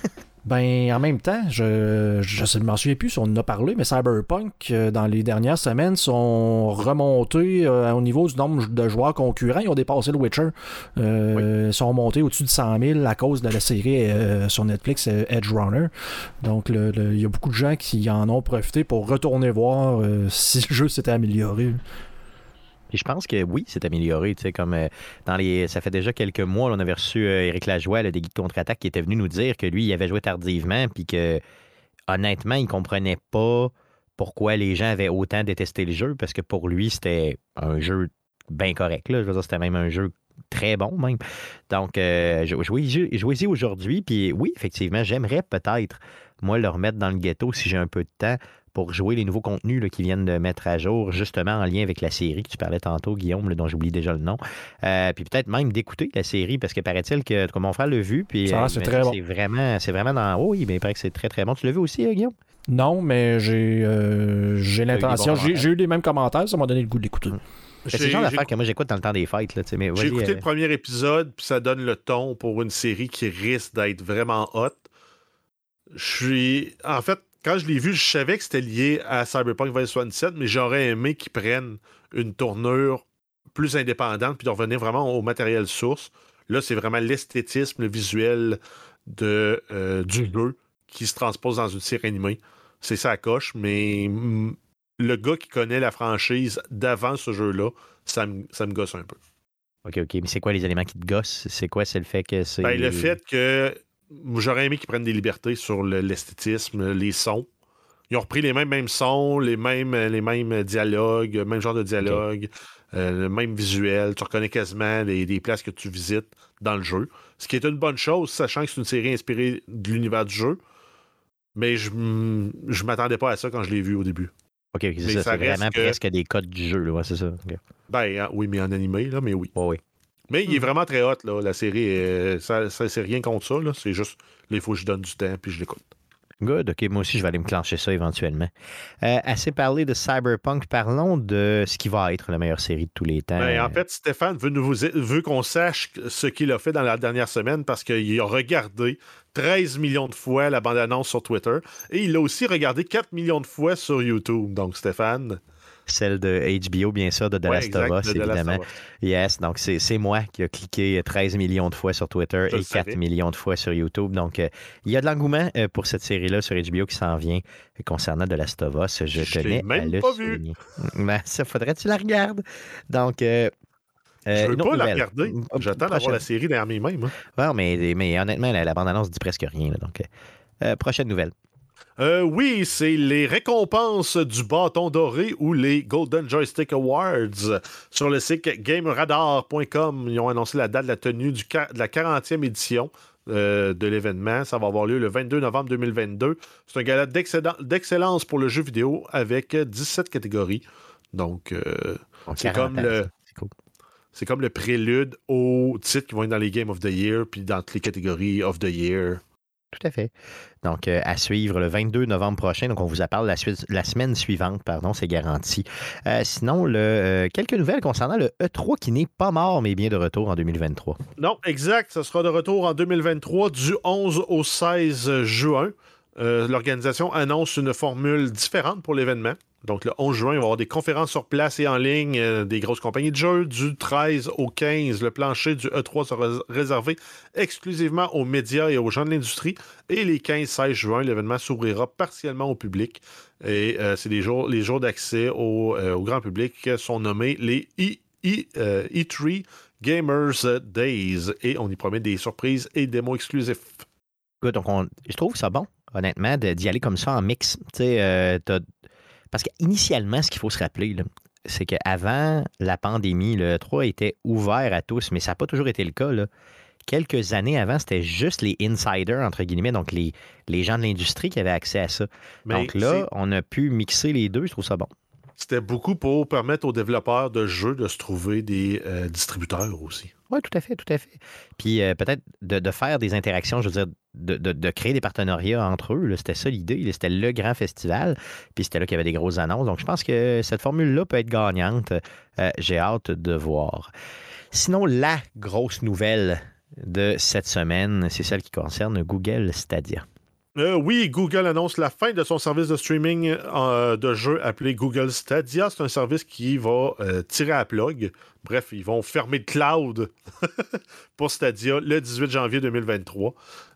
Ben, en même temps, je je ne m'en souviens plus si on en a parlé, mais Cyberpunk, euh, dans les dernières semaines, sont remontés euh, au niveau du nombre de joueurs concurrents. Ils ont dépassé le Witcher. Euh, oui. Ils sont montés au-dessus de cent mille à cause de la série euh, sur Netflix, euh, Edge Runner. Donc, il le, le, y a beaucoup de gens qui en ont profité pour retourner voir euh, si le jeu s'était amélioré. Puis je pense que oui, c'est amélioré. Tu sais, comme euh, dans les, ça fait déjà quelques mois, là, on avait reçu euh, Éric Lajoie, le des Geeks Contre-Attaque, qui était venu nous dire que lui, il avait joué tardivement, puis que honnêtement, il comprenait pas pourquoi les gens avaient autant détesté le jeu, parce que pour lui, c'était un jeu bien correct. Là. Je veux dire, c'était même un jeu très bon, même. Donc, euh, jouez-y aujourd'hui, puis oui, effectivement, j'aimerais peut-être, moi, le remettre dans le ghetto si j'ai un peu de temps, pour jouer les nouveaux contenus là, qui viennent de mettre à jour, justement en lien avec la série que tu parlais tantôt, Guillaume, là, dont j'oublie déjà le nom. Euh, puis peut-être même d'écouter la série, parce que paraît-il que, comme mon frère l'a vu, puis ça, euh, c'est très bon. C'est vraiment, c'est vraiment dans... Oh, oui, mais il paraît que c'est très, très bon. Tu l'as vu aussi, euh, Guillaume? Non, mais j'ai, euh, j'ai l'intention. J'ai, j'ai eu les mêmes commentaires, ça m'a donné le goût de l'écouter. Mmh. C'est le genre d'affaire que moi j'écoute dans le temps des fêtes. Là, mais j'ai écouté euh... le premier épisode, puis ça donne le ton pour une série qui risque d'être vraiment hot. Je suis... En fait, quand je l'ai vu, je savais que c'était lié à Cyberpunk vingt soixante-dix-sept, mais j'aurais aimé qu'ils prennent une tournure plus indépendante puis de revenir vraiment au matériel source. Là, c'est vraiment l'esthétisme, le visuel de, euh, du jeu qui se transpose dans une série animée. C'est ça à coche, mais mm, le gars qui connaît la franchise d'avant ce jeu-là, ça me, ça me gosse un peu. OK, OK. Mais c'est quoi les éléments qui te gossent? C'est quoi? C'est le fait que c'est... Ben, le fait que j'aurais aimé qu'ils prennent des libertés sur le, l'esthétisme, les sons. Ils ont repris les mêmes, mêmes sons, les mêmes, les mêmes dialogues, le même genre de dialogue, okay. euh, le même visuel. Tu reconnais quasiment les, les places que tu visites dans le jeu. Ce qui est une bonne chose, sachant que c'est une série inspirée de l'univers du jeu. Mais je ne m'attendais pas à ça quand je l'ai vu au début. OK, okay c'est, ça, ça c'est vraiment que... presque des codes du jeu, là, ouais, c'est ça. Okay. Ben oui, mais en animé, là, mais oui. Oh, oui. Mais il est vraiment très hot, là, la série. Euh, ça, ça, c'est rien contre ça, là. C'est juste, là, il faut que je donne du temps puis je l'écoute. Good, OK, moi aussi, je vais aller me clencher ça éventuellement. Euh, assez parlé de Cyberpunk, parlons de ce qui va être la meilleure série de tous les temps. Ben, en fait, Stéphane veut, nous, veut qu'on sache ce qu'il a fait dans la dernière semaine parce qu'il a regardé treize millions de fois la bande-annonce sur Twitter et il a aussi regardé quatre millions de fois sur YouTube. Donc, Stéphane... Celle de H B O, bien sûr, de The ouais, Last of Us, évidemment. Yes, donc c'est, c'est moi qui ai cliqué treize millions de fois sur Twitter Je et quatre savais. millions de fois sur YouTube. Donc, euh, il y a de l'engouement euh, pour cette série-là sur H B O qui s'en vient concernant The Last of Us. Je, Je tenais à le pas souligner. Vu. Ben, ça faudrait que tu la regardes. Donc... Euh, Euh, je veux pas nouvelle. la regarder. J'attends d'avoir la série derrière mes mains. Ouais, mais, mais honnêtement, la, la bande-annonce dit presque rien. Là, donc, euh, prochaine nouvelle. Euh, oui, c'est les récompenses du bâton doré ou les Golden Joystick Awards. Sur le site game radar point com, ils ont annoncé la date de la tenue du, de la quarantième édition euh, de l'événement. Ça va avoir lieu le vingt-deux novembre deux mille vingt-deux. C'est un gala d'excellence pour le jeu vidéo avec dix-sept catégories. Donc, euh, c'est comme ans, le... C'est cool. C'est comme le prélude aux titres qui vont être dans les Game of the Year puis dans toutes les catégories of the Year. Tout à fait. Donc, euh, à suivre le vingt-deux novembre prochain. Donc, on vous en parle la, su- la semaine suivante, pardon, c'est garanti. Euh, sinon, le, euh, quelques nouvelles concernant le E trois qui n'est pas mort, mais bien de retour en deux mille vingt-trois. Non, exact. Ça sera de retour en deux mille vingt-trois du onze au seize juin. Euh, l'organisation annonce une formule différente pour l'événement. Donc, le onze juin, il va y avoir des conférences sur place et en ligne, euh, des grosses compagnies de jeux. Du treize au quinze, le plancher du E trois sera réservé exclusivement aux médias et aux gens de l'industrie. Et les quinze seize juin, l'événement s'ouvrira partiellement au public. Et euh, c'est les jours, les jours d'accès au, euh, au grand public sont nommés les E, e, euh, E trois Gamers Days. Et on y promet des surprises et des démos exclusifs. Good, donc, on, je trouve ça bon, honnêtement, de, d'y aller comme ça en mix. Tu sais, euh, t'as... Parce qu'initialement, ce qu'il faut se rappeler, là, c'est qu'avant la pandémie, le E trois était ouvert à tous, mais ça n'a pas toujours été le cas. Là. Quelques années avant, c'était juste les insiders, entre guillemets, donc les, les gens de l'industrie qui avaient accès à ça. Mais donc là, c'est... on a pu mixer les deux, je trouve ça bon. C'était beaucoup pour permettre aux développeurs de jeux de se trouver des euh, distributeurs aussi. Oui, tout à fait, tout à fait. Puis euh, peut-être de, de faire des interactions, je veux dire, de, de, de créer des partenariats entre eux. Là, c'était ça l'idée. Là, c'était le grand festival. Puis c'était là qu'il y avait des grosses annonces. Donc je pense que cette formule-là peut être gagnante. Euh, j'ai hâte de voir. Sinon, la grosse nouvelle de cette semaine, c'est celle qui concerne Google Stadia. Euh, oui, Google annonce la fin de son service de streaming euh, de jeux appelé Google Stadia. C'est un service qui va euh, tirer à plug. Bref, ils vont fermer le cloud pour Stadia le dix-huit janvier deux mille vingt-trois.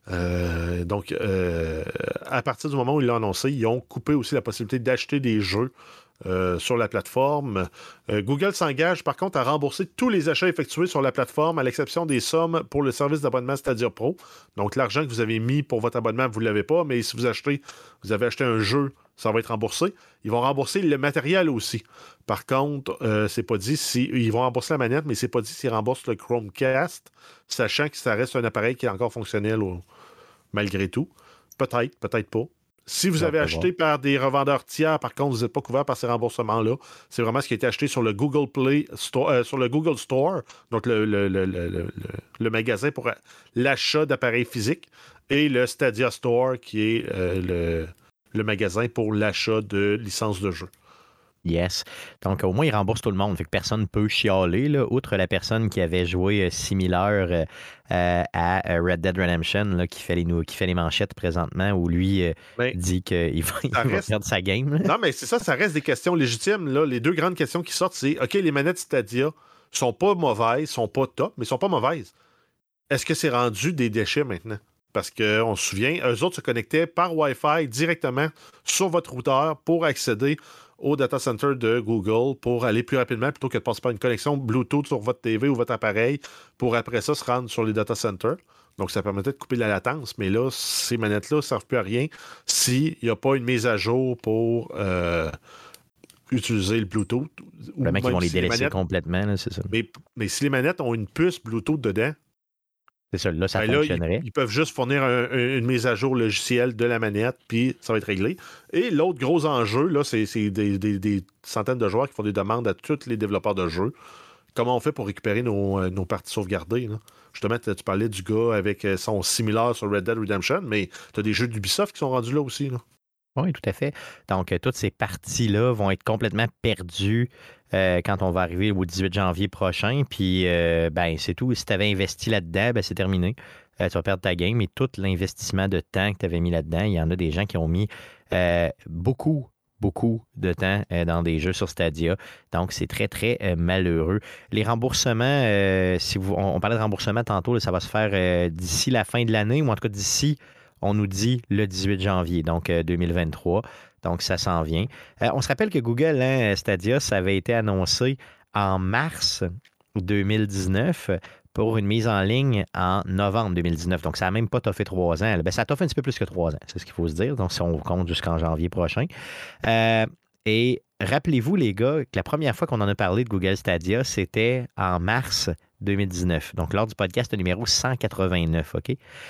Euh, donc, euh, à partir du moment où ils l'ont annoncé, ils ont coupé aussi la possibilité d'acheter des jeux Euh, sur la plateforme. Euh, Google s'engage par contre à rembourser tous les achats effectués sur la plateforme à l'exception des sommes pour le service d'abonnement Stadia Pro. Donc l'argent que vous avez mis pour votre abonnement, vous ne l'avez pas, mais si vous achetez, vous avez acheté un jeu, ça va être remboursé. Ils vont rembourser le matériel aussi. Par contre, euh, c'est pas dit si ils vont rembourser la manette, mais c'est pas dit s'ils remboursent le Chromecast, sachant que ça reste un appareil qui est encore fonctionnel au... malgré tout. Peut-être, peut-être pas. Si vous avez acheté bon. par des revendeurs tiers, par contre, vous n'êtes pas couvert par ces remboursements-là. C'est vraiment ce qui a été acheté sur le Google Play Store, euh, sur le Google Store, donc le, le, le, le, le, le magasin pour l'achat d'appareils physiques, et le Stadia Store, qui est euh, le, le magasin pour l'achat de licences de jeu. Yes. Donc, au moins, ils remboursent tout le monde. Fait que personne ne peut chialer, là, outre la personne qui avait joué euh, similaire euh, euh, à euh, Red Dead Redemption, là, qui, fait les, qui fait les manchettes présentement, où lui euh, ben, dit qu'il va, il reste... va perdre sa game. Là. Non, mais c'est ça, ça reste des questions légitimes. Là. Les deux grandes questions qui sortent, c'est OK, les manettes Stadia sont pas mauvaises, sont pas top, mais sont pas mauvaises. Est-ce que c'est rendu des déchets maintenant? Parce qu'on se souvient, eux autres se connectaient par Wi-Fi directement sur votre routeur pour accéder au data center de Google pour aller plus rapidement plutôt que de passer par une connexion Bluetooth sur votre T V ou votre appareil pour après ça se rendre sur les data centers. Donc, ça permettait de couper la latence, mais là, ces manettes-là ne servent plus à rien s'il n'y a pas une mise à jour pour euh, utiliser le Bluetooth. Le mec, ils vont les si délaisser les manettes... complètement, là, c'est ça. Mais, mais si les manettes ont une puce Bluetooth dedans, c'est ça, là, ça ben fonctionnerait. Là, ils, ils peuvent juste fournir un, un, une mise à jour logicielle de la manette, puis ça va être réglé. Et l'autre gros enjeu, là, c'est, c'est des, des, des centaines de joueurs qui font des demandes à tous les développeurs de jeux. Comment on fait pour récupérer nos, nos parties sauvegardées? Là? Justement, tu parlais du gars avec son similaire sur Red Dead Redemption, mais tu as des jeux d'Ubisoft qui sont rendus là aussi. Là. Oui, tout à fait. Donc, euh, toutes ces parties-là vont être complètement perdues euh, quand on va arriver au dix-huit janvier prochain. Puis, euh, ben, c'est tout. Si tu avais investi là-dedans, ben, c'est terminé. Euh, tu vas perdre ta game. Et tout l'investissement de temps que tu avais mis là-dedans, il y en a des gens qui ont mis euh, beaucoup, beaucoup de temps euh, dans des jeux sur Stadia. Donc, c'est très, très euh, malheureux. Les remboursements, euh, si vous, on, on parlait de remboursement tantôt, là, ça va se faire euh, d'ici la fin de l'année, ou en tout cas d'ici... On nous dit le dix-huit janvier, donc euh, deux mille vingt-trois. Donc, ça s'en vient. Euh, on se rappelle que Google, hein, Stadia, ça avait été annoncé en mars deux mille dix-neuf pour une mise en ligne en novembre deux mille dix-neuf. Donc, ça n'a même pas toffé trois ans. Ben, ça a toffé un petit peu plus que trois ans, c'est ce qu'il faut se dire. Donc, si on compte jusqu'en janvier prochain. Euh, et rappelez-vous, les gars, que la première fois qu'on en a parlé de Google Stadia, c'était en mars deux mille dix-neuf, donc lors du podcast numéro cent quatre-vingt-neuf, OK?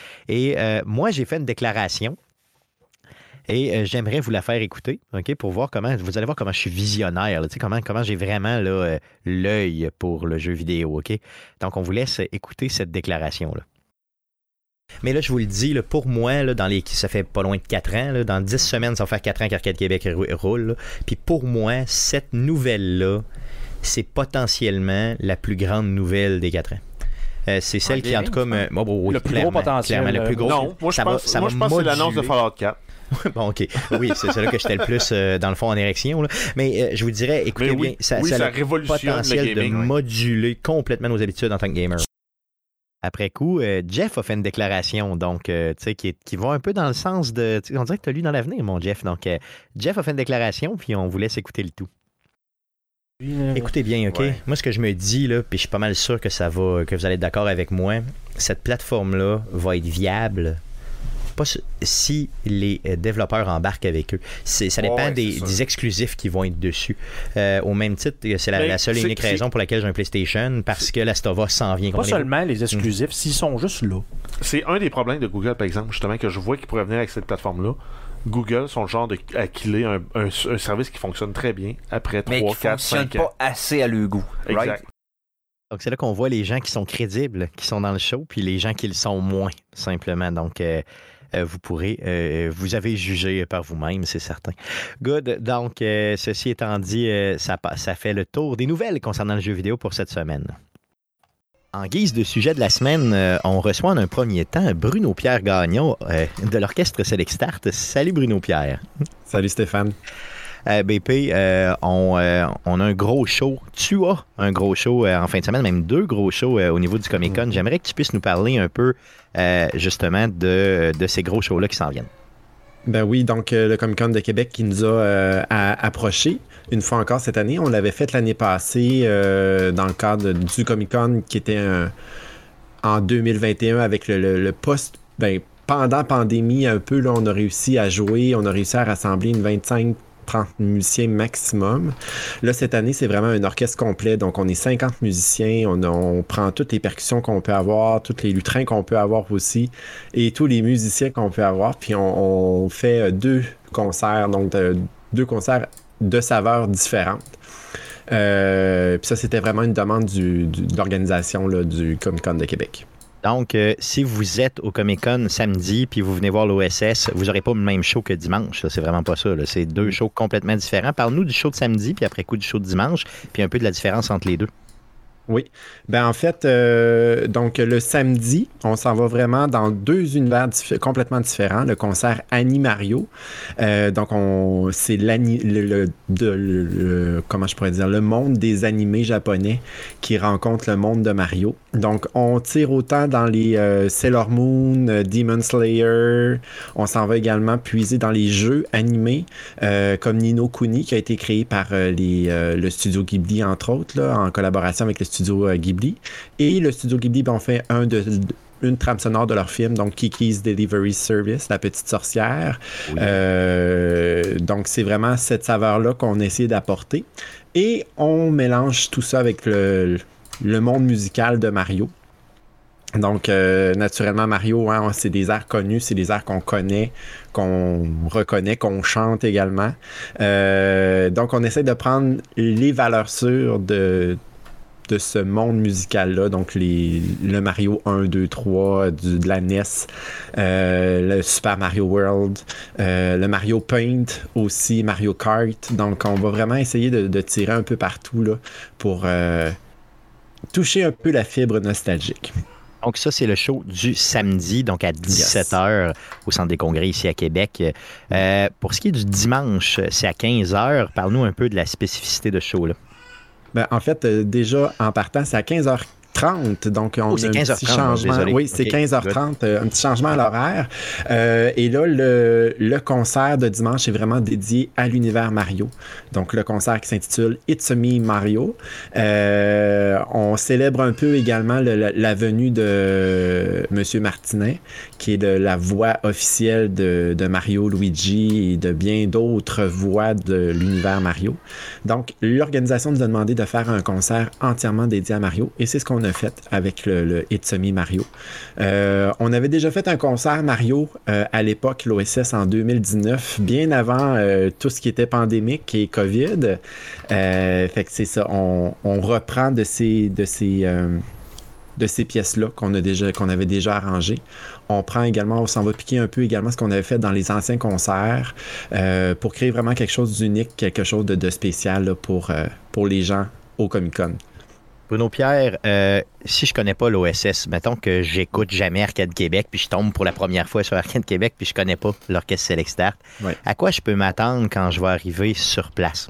Et euh, moi, j'ai fait une déclaration et euh, j'aimerais vous la faire écouter, OK? Pour voir comment, vous allez voir comment je suis visionnaire, là, comment, comment j'ai vraiment là, euh, l'œil pour le jeu vidéo, OK? Donc, on vous laisse écouter cette déclaration-là. Mais là, je vous le dis, là, pour moi, là, dans les, ça fait pas loin de quatre ans, là, dans dix semaines, ça va faire quatre ans qu'Arcade Québec roule. Là. Puis pour moi, cette nouvelle-là, c'est potentiellement la plus grande nouvelle des quatre ans. Euh, c'est celle ah, qui, en tout cas, me... oh, oh, oui, le plus gros potentiel. Clairement, le plus gros. Non, moi, je pense, ça moi, je pense que c'est l'annonce de Fallout quatre. Bon, OK. Oui, c'est celle-là que j'étais le plus, euh, dans le fond, en érection. Là. Mais euh, je vous dirais, écoutez oui, bien, ça, oui, ça, ça a le potentiel le gaming, de ouais. moduler complètement nos habitudes en tant que gamer. Après coup, euh, Jeff a fait une déclaration, donc, euh, tu sais, qui, qui va un peu dans le sens de... On dirait que tu as lu dans l'avenir, mon Jeff. Donc, euh, Jeff a fait une déclaration, puis on vous laisse écouter le tout. Écoutez bien, OK? Ouais. Moi, ce que je me dis, là, puis je suis pas mal sûr que ça va, que vous allez être d'accord avec moi, cette plateforme-là va être viable pas si les développeurs embarquent avec eux. C'est, ça dépend oh ouais, des, des exclusifs qui vont être dessus. Euh, au même titre, c'est la, la seule et unique raison pour laquelle j'ai un PlayStation, parce que Last of Us s'en vient. Pas seulement les exclusifs, mmh. s'ils sont juste là. C'est un des problèmes de Google, par exemple, justement, que je vois qui pourrait venir avec cette plateforme-là. Google sont le genre de acquiller un, un, un service qui fonctionne très bien après trois, quatre, cinq ans. Mais qui ne fonctionne pas assez à leur goût. Exact. Right? Donc, c'est là qu'on voit les gens qui sont crédibles, qui sont dans le show, puis les gens qui le sont moins, simplement. Donc, euh, euh, vous pourrez, euh, vous avez jugé par vous-même, c'est certain. Good. Donc, euh, ceci étant dit, euh, ça, ça fait le tour des nouvelles concernant le jeu vidéo pour cette semaine. En guise de sujet de la semaine, euh, on reçoit en un premier temps Bruno Pierre Gagnon euh, de l'orchestre Select Start. Salut Bruno Pierre. Salut Stéphane. Euh, B P, euh, on, euh, on a un gros show. Tu as un gros show euh, en fin de semaine, même deux gros shows euh, au niveau du Comic-Con. J'aimerais que tu puisses nous parler un peu euh, justement de, de ces gros shows-là qui s'en viennent. Ben oui, donc euh, le Comic-Con de Québec qui nous a euh, approchés une fois encore cette année. On l'avait fait l'année passée euh, dans le cadre du Comic-Con qui était un, en deux mille vingt et un avec le, le, le post... Ben, pendant pandémie un peu, là, on a réussi à jouer, on a réussi à rassembler une vingt-cinq trente musiciens maximum. Là, cette année, c'est vraiment un orchestre complet. Donc, on est cinquante musiciens. On, on prend toutes les percussions qu'on peut avoir, tous les lutrins qu'on peut avoir aussi et tous les musiciens qu'on peut avoir. Puis, on, on fait deux concerts, donc de, deux concerts de saveurs différentes. Euh, puis ça, c'était vraiment une demande du, du, de l'organisation là, du Comic-Con de Québec. Donc, euh, si vous êtes au Comic-Con samedi puis vous venez voir l'O S S, vous n'aurez pas le même show que dimanche. Là. C'est vraiment pas ça. Là. C'est deux shows complètement différents. Parle-nous du show de samedi puis après coup du show de dimanche puis un peu de la différence entre les deux. Oui. Ben en fait, euh, donc le samedi, on s'en va vraiment dans deux univers dif- complètement différents. Le concert Annie Mario. Euh, donc, on, c'est l'ani- le, le, de, le, le, comment je pourrais dire, le monde des animés japonais qui rencontre le monde de Mario. Donc, on tire autant dans les euh, Sailor Moon, euh, Demon Slayer. On s'en va également puiser dans les jeux animés euh, comme Ni no Kuni qui a été créé par euh, les, euh, le studio Ghibli, entre autres, là, en collaboration avec le studio euh, Ghibli. Et le studio Ghibli, ben, on fait un de, une trame sonore de leur film, donc Kiki's Delivery Service, La Petite Sorcière. Oui. Euh, donc, c'est vraiment cette saveur-là qu'on essaie d'apporter. Et on mélange tout ça avec le, le monde musical de Mario. Donc, euh, naturellement, Mario, hein, c'est des airs connus, c'est des airs qu'on connaît, qu'on reconnaît, qu'on chante également. Euh, donc, on essaie de prendre les valeurs sûres de... de ce monde musical-là, donc les, le Mario un, deux, trois, du, de la N E S, euh, le Super Mario World, euh, le Mario Paint aussi, Mario Kart. Donc, on va vraiment essayer de, de tirer un peu partout là, pour euh, toucher un peu la fibre nostalgique. Donc ça, c'est le show du samedi, donc à dix-sept heures yes. au Centre des Congrès ici à Québec. Euh, pour ce qui est du dimanche, c'est à quinze heures. Parle-nous un peu de la spécificité de ce show-là. Ben, en fait, euh, déjà, en partant, c'est à quinze heures trente, donc on oh, c'est a un quinze heures trente, petit changement. Désolé. Oui, c'est okay. quinze heures trente, euh, un petit changement à l'horaire. Euh, et là, le, le concert de dimanche est vraiment dédié à l'univers Mario. Donc, le concert qui s'intitule It's Me Mario. Euh, on célèbre un peu également le, la, la venue de M. Martinet, qui est de la voix officielle de, de Mario, Luigi et de bien d'autres voix de l'univers Mario. Donc, l'organisation nous a demandé de faire un concert entièrement dédié à Mario et c'est ce qu'on a fait avec le, le It's Me Mario. Euh, on avait déjà fait un concert Mario euh, à l'époque, l'O S S en deux mille dix-neuf, bien avant euh, tout ce qui était pandémique et COVID. Euh, fait que c'est ça, on, on reprend de ces, de ces, euh, de ces pièces-là qu'on a déjà, qu'on avait déjà arrangées. On prend également, on s'en va piquer un peu également ce qu'on avait fait dans les anciens concerts euh, pour créer vraiment quelque chose d'unique, quelque chose de, de spécial là, pour, euh, pour les gens au Comic-Con. Bruno Pierre, euh, si je connais pas l'O S S, mettons que j'écoute jamais Arcade Québec, puis je tombe pour la première fois sur Arcade Québec, puis je connais pas l'orchestre Select Start, ouais. À quoi je peux m'attendre quand je vais arriver sur place?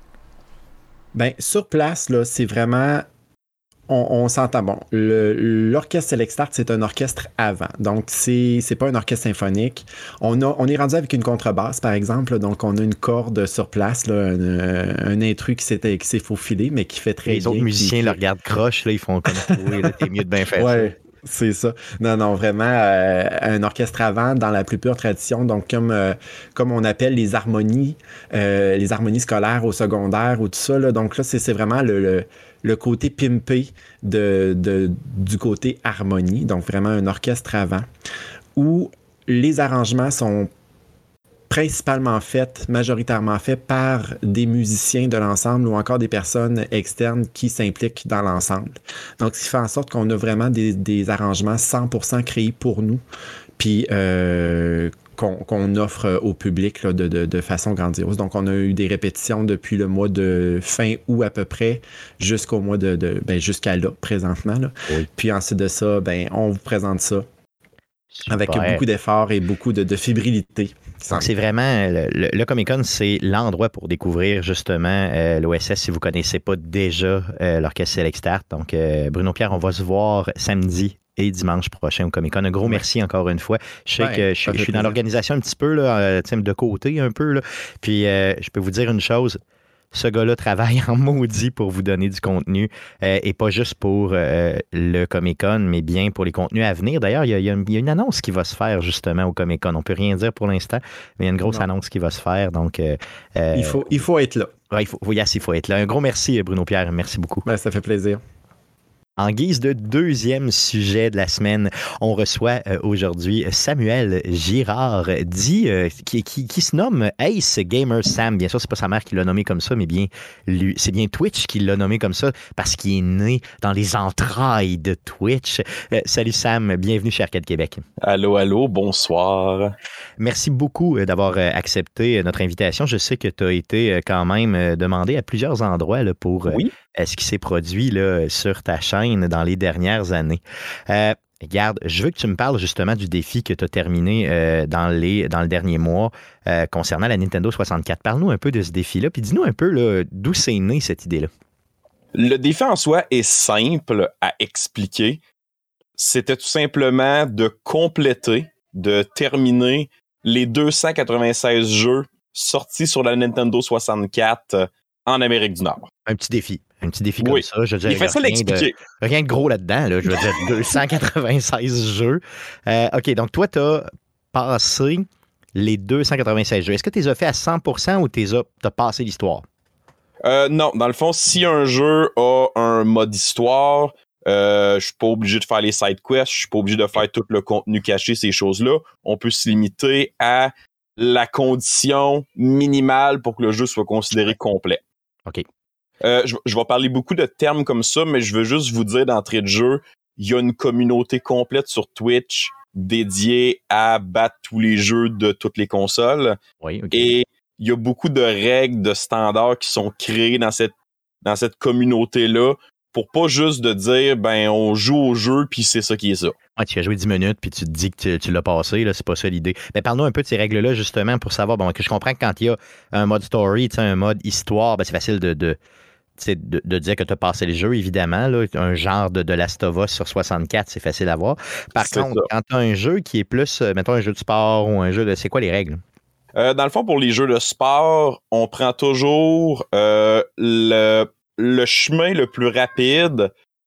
Bien, sur place, là, c'est vraiment... On, on s'entend, bon, le, l'orchestre Select Start, c'est un orchestre avant. Donc, c'est, c'est pas un orchestre symphonique. On, a, on est rendu avec une contrebasse, par exemple. Donc, on a une corde sur place, là, un, un intrus qui s'est, qui s'est faufilé, mais qui fait très les bien. Les autres musiciens qui... le regardent croche, là, ils font comme oui, là, t'es mieux de bien faire ouais. ça. C'est ça. Non, non, vraiment, euh, un orchestre avant dans la plus pure tradition, donc comme, euh, comme on appelle les harmonies, euh, les harmonies scolaires au secondaire ou tout ça. Là. Donc là, c'est, c'est vraiment le, le, le côté pimpé de, de, du côté harmonie, donc vraiment un orchestre avant, où les arrangements sont principalement faits, majoritairement faits par des musiciens de l'ensemble ou encore des personnes externes qui s'impliquent dans l'ensemble. Donc, ce qui fait en sorte qu'on a vraiment des, des arrangements cent pour cent créés pour nous, puis euh, qu'on, qu'on offre au public là, de, de, de façon grandiose. Donc, on a eu des répétitions depuis le mois de fin août à peu près jusqu'au mois de, de ben, jusqu'à là, présentement. Là. Oui. Puis ensuite de ça, ben, on vous présente ça. Super. Avec beaucoup d'efforts et beaucoup de, de fébrilité. Donc, c'est vraiment, le, le, le Comic-Con, c'est l'endroit pour découvrir justement euh, l'O S S si vous ne connaissez pas déjà euh, l'Orchestre Select Start. Donc, euh, Bruno Pierre, on va se voir samedi et dimanche prochain au Comic-Con. Un gros ouais. merci encore une fois. Je sais ouais, que je, je suis dans l'organisation un petit peu, là, euh, de côté un peu. Là. Puis, euh, je peux vous dire une chose. Ce gars-là travaille en maudit pour vous donner du contenu euh, et pas juste pour euh, le Comic-Con, mais bien pour les contenus à venir. D'ailleurs, il y, a, il y a une annonce qui va se faire justement au Comic-Con. On ne peut rien dire pour l'instant, mais il y a une grosse non. annonce qui va se faire. Donc, euh, il, faut, il faut être là. Ouais, il faut, yes, il faut être là. Un gros merci, Bruno Pierre. Merci beaucoup. Ben, ça fait plaisir. En guise de deuxième sujet de la semaine, on reçoit euh, aujourd'hui Samuel Girard, dit, euh, qui, qui, qui se nomme Ace Gamer Sam. Bien sûr, c'est pas sa mère qui l'a nommé comme ça, mais bien lui, c'est bien Twitch qui l'a nommé comme ça parce qu'il est né dans les entrailles de Twitch. Euh, salut Sam, bienvenue chez Arcade Québec. Allô, allô, bonsoir. Merci beaucoup d'avoir accepté notre invitation. Je sais que tu as été quand même demandé à plusieurs endroits là, pour oui. euh, ce qui s'est produit là, sur ta chaîne dans les dernières années. Euh, regarde, je veux que tu me parles justement du défi que tu as terminé euh, dans, les, dans le dernier mois euh, concernant la Nintendo soixante-quatre. Parle-nous un peu de ce défi-là, puis dis-nous un peu là, d'où c'est né cette idée-là. Le défi en soi est simple à expliquer. C'était tout simplement de compléter, de terminer les deux cent quatre-vingt-seize jeux sortis sur la Nintendo soixante-quatre en Amérique du Nord. Un petit défi. Un petit défi comme oui. ça. Je veux dire, il est facile à expliquer. De, rien de gros là-dedans. Là, je veux dire, deux cent quatre-vingt-seize jeux. Euh, OK, donc toi, tu as passé les deux cent quatre-vingt-seize jeux. Est-ce que tu les as fait à cent pour cent ou tu as, as passé l'histoire? Euh, non, dans le fond, si un jeu a un mode histoire, euh, je suis pas obligé de faire les side quests, je suis pas obligé de faire tout le contenu caché, ces choses-là. On peut se limiter à la condition minimale pour que le jeu soit considéré complet. OK. Euh, je, je vais parler beaucoup de termes comme ça, mais je veux juste vous dire d'entrée de jeu, il y a une communauté complète sur Twitch dédiée à battre tous les jeux de toutes les consoles. Oui, okay. Et il y a beaucoup de règles, de standards qui sont créés dans cette, dans cette communauté-là pour pas juste de dire, ben, on joue au jeu puis c'est ça qui est ça. Ouais, tu as joué dix minutes puis tu te dis que tu, tu l'as passé, là, c'est pas ça l'idée. Mais parle-nous un peu de ces règles-là justement pour savoir, bon, que je comprends que quand il y a un mode story, un mode histoire, ben, c'est facile de, de, de, de dire que tu as passé le jeu, évidemment. Là, un genre de, de Last of Us sur soixante-quatre, c'est facile à voir. Par c'est contre, ça. Quand tu as un jeu qui est plus, mettons, un jeu de sport ou un jeu de... C'est quoi les règles? Euh, dans le fond, pour les jeux de sport, on prend toujours euh, le, le chemin le plus rapide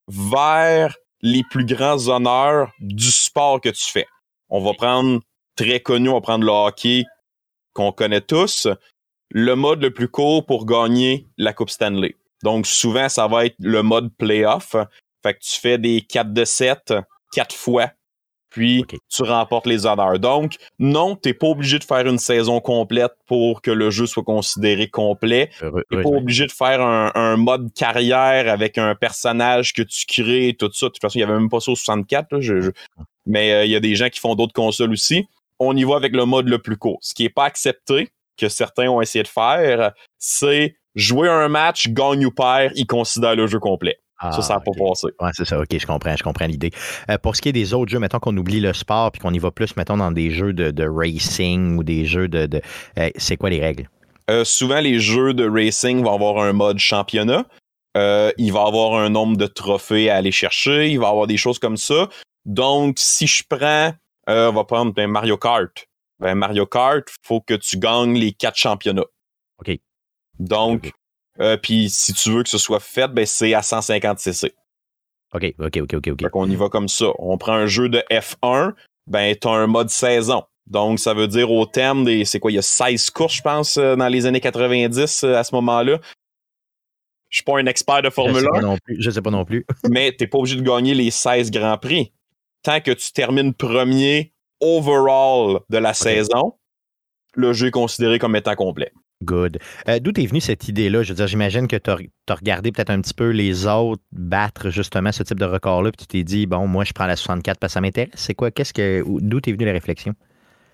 vers les plus grands honneurs du sport que tu fais. On va prendre, très connu, on va prendre le hockey qu'on connaît tous, le mode le plus court pour gagner la Coupe Stanley. Donc, souvent, ça va être le mode playoff. Fait que tu fais des quatre de sept, quatre fois, puis okay. tu remportes les honneurs. Donc, non, t'es pas obligé de faire une saison complète pour que le jeu soit considéré complet. Heureux, t'es pas obligé de faire un, un mode carrière avec un personnage que tu crées et tout ça. De toute façon, il y avait même pas ça au soixante-quatre, là, je, je... mais il euh, y a des gens qui font d'autres consoles aussi. On y va avec le mode le plus court. Ce qui est pas accepté, que certains ont essayé de faire, c'est jouer un match, gagne ou perd, ils considèrent le jeu complet. Ah, ça, ça n'a okay. pas passé. Oui, c'est ça. OK, je comprends, je comprends l'idée. Euh, pour ce qui est des autres jeux, mettons qu'on oublie le sport puis qu'on y va plus, mettons, dans des jeux de, de racing ou des jeux de... de euh, c'est quoi les règles? Euh, souvent, les jeux de racing vont avoir un mode championnat. Euh, il va avoir un nombre de trophées à aller chercher. Il va avoir des choses comme ça. Donc, si je prends... Euh, on va prendre ben, Mario Kart. Ben, Mario Kart, il faut que tu gagnes les quatre championnats. OK. Donc... Okay. Euh, puis si tu veux que ce soit fait, ben c'est à cent cinquante cc. OK, OK, OK, OK. OK. Fait qu'on y va comme ça. On prend un jeu de F un, ben t'as un mode saison. Donc ça veut dire au terme des... C'est quoi, il y a seize courses, je pense, dans les années quatre-vingt-dix à ce moment-là. Je suis pas un expert de Formule je sais un. Pas non plus. Je sais pas non plus. Mais t'es pas obligé de gagner les seize Grands Prix. Tant que tu termines premier overall de la okay. saison, le jeu est considéré comme étant complet. Good. Euh, d'où t'es venue cette idée-là? Je veux dire, j'imagine que tu as regardé peut-être un petit peu les autres battre justement ce type de record-là, puis tu t'es dit, bon, moi, je prends la soixante-quatre parce que ça m'intéresse. C'est quoi? Qu'est-ce que, d'où t'es venue la réflexion?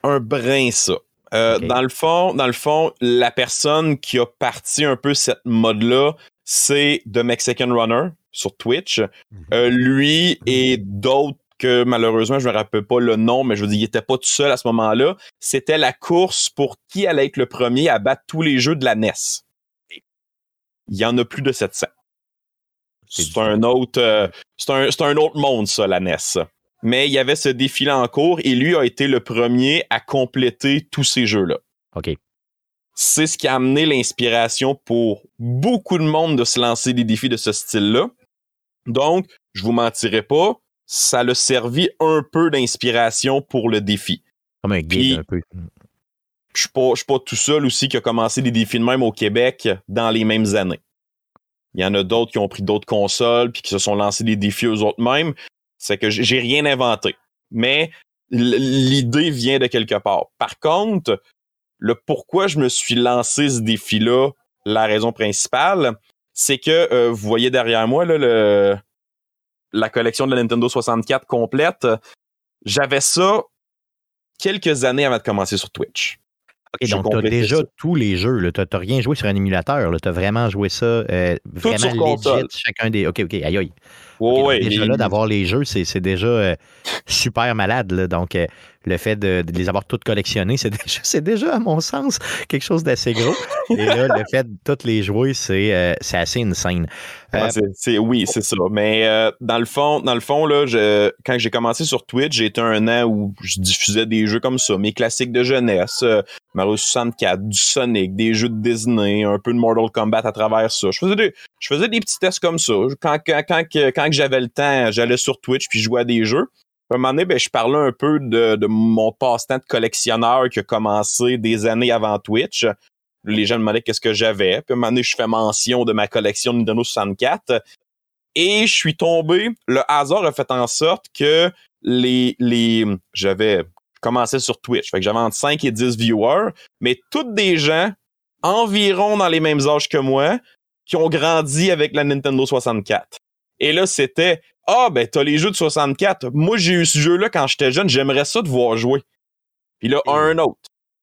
un brin ça. Euh, okay. Dans le fond, dans le fond, la personne qui a parti un peu cette mode-là, c'est The Mexican Runner sur Twitch. Mm-hmm. Euh, lui mm-hmm. et d'autres que malheureusement, je me rappelle pas le nom, mais je veux dire, il était pas tout seul à ce moment-là. C'était la course pour qui allait être le premier à battre tous les jeux de la N E S. Il y en a plus de sept cents. C'est, c'est un autre, euh, c'est un, c'est un autre monde, ça, la N E S. Mais il y avait ce défi-là en cours et lui a été le premier à compléter tous ces jeux-là. OK. C'est ce qui a amené l'inspiration pour beaucoup de monde de se lancer des défis de ce style-là. Donc, je vous mentirai pas, ça l'a servi un peu d'inspiration pour le défi. Comme un guide, Puis, un peu. Je suis pas, je suis pas tout seul aussi qui a commencé des défis de même au Québec dans les mêmes années. Il y en a d'autres qui ont pris d'autres consoles puis qui se sont lancés des défis eux autres mêmes. C'est que j'ai rien inventé. Mais l'idée vient de quelque part. Par contre, le pourquoi je me suis lancé ce défi-là, la raison principale, c'est que euh, vous voyez derrière moi là, le, la collection de la Nintendo soixante-quatre complète. J'avais ça quelques années avant de commencer sur Twitch. OK, donc tu as déjà ça. Tous les jeux. Tu n'as rien joué sur un émulateur. Tu as vraiment joué ça euh, vraiment legit, chacun des... OK, OK, aïe aïe. Oh, okay, oui, déjà les... là, d'avoir les jeux, c'est, c'est déjà euh, super malade. Là. Donc, euh, le fait de, de les avoir tous collectionnés, c'est déjà, c'est déjà, à mon sens, quelque chose d'assez gros. Et là, le fait de tous les jouer, c'est, euh, c'est assez insane. Euh, ouais, c'est, c'est, oui, c'est ça. Mais euh, dans le fond, dans le fond là, je, quand j'ai commencé sur Twitch, j'ai été un an où je diffusais des jeux comme ça, mes classiques de jeunesse, euh, Mario soixante-quatre, du Sonic, des jeux de Disney, un peu de Mortal Kombat à travers ça. Je faisais des, je faisais des petits tests comme ça. Quand, quand, quand, quand j'avais le temps, j'allais sur Twitch puis je jouais à des jeux. À un moment donné, ben, je parlais un peu de, de mon passe-temps de collectionneur qui a commencé des années avant Twitch. Les gens me demandaient qu'est-ce que j'avais. Puis à un moment donné, je fais mention de ma collection de Nintendo soixante-quatre. Et je suis tombé. Le hasard a fait en sorte que les... les j'avais commencé sur Twitch. Fait que j'avais entre cinq et dix viewers. Mais toutes des gens environ dans les mêmes âges que moi qui ont grandi avec la Nintendo soixante-quatre. Et là, c'était... Ah, ben, t'as les jeux de soixante-quatre. Moi, j'ai eu ce jeu-là quand j'étais jeune. J'aimerais ça de voir jouer. Puis là, un autre.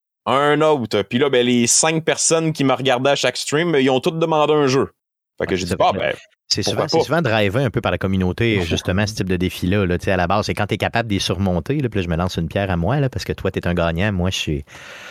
Un autre. Puis là, ben, les cinq personnes qui me regardaient à chaque stream, ils ont tous demandé un jeu. Fait que ouais, j'ai dit, ah, ben. C'est souvent, c'est souvent drivé un peu par la communauté, justement, ce type de défi-là. Là, à la base, c'est quand t'es capable de les surmonter. Là, puis là, je me lance une pierre à moi, là, parce que toi, t'es un gagnant. Moi, je suis.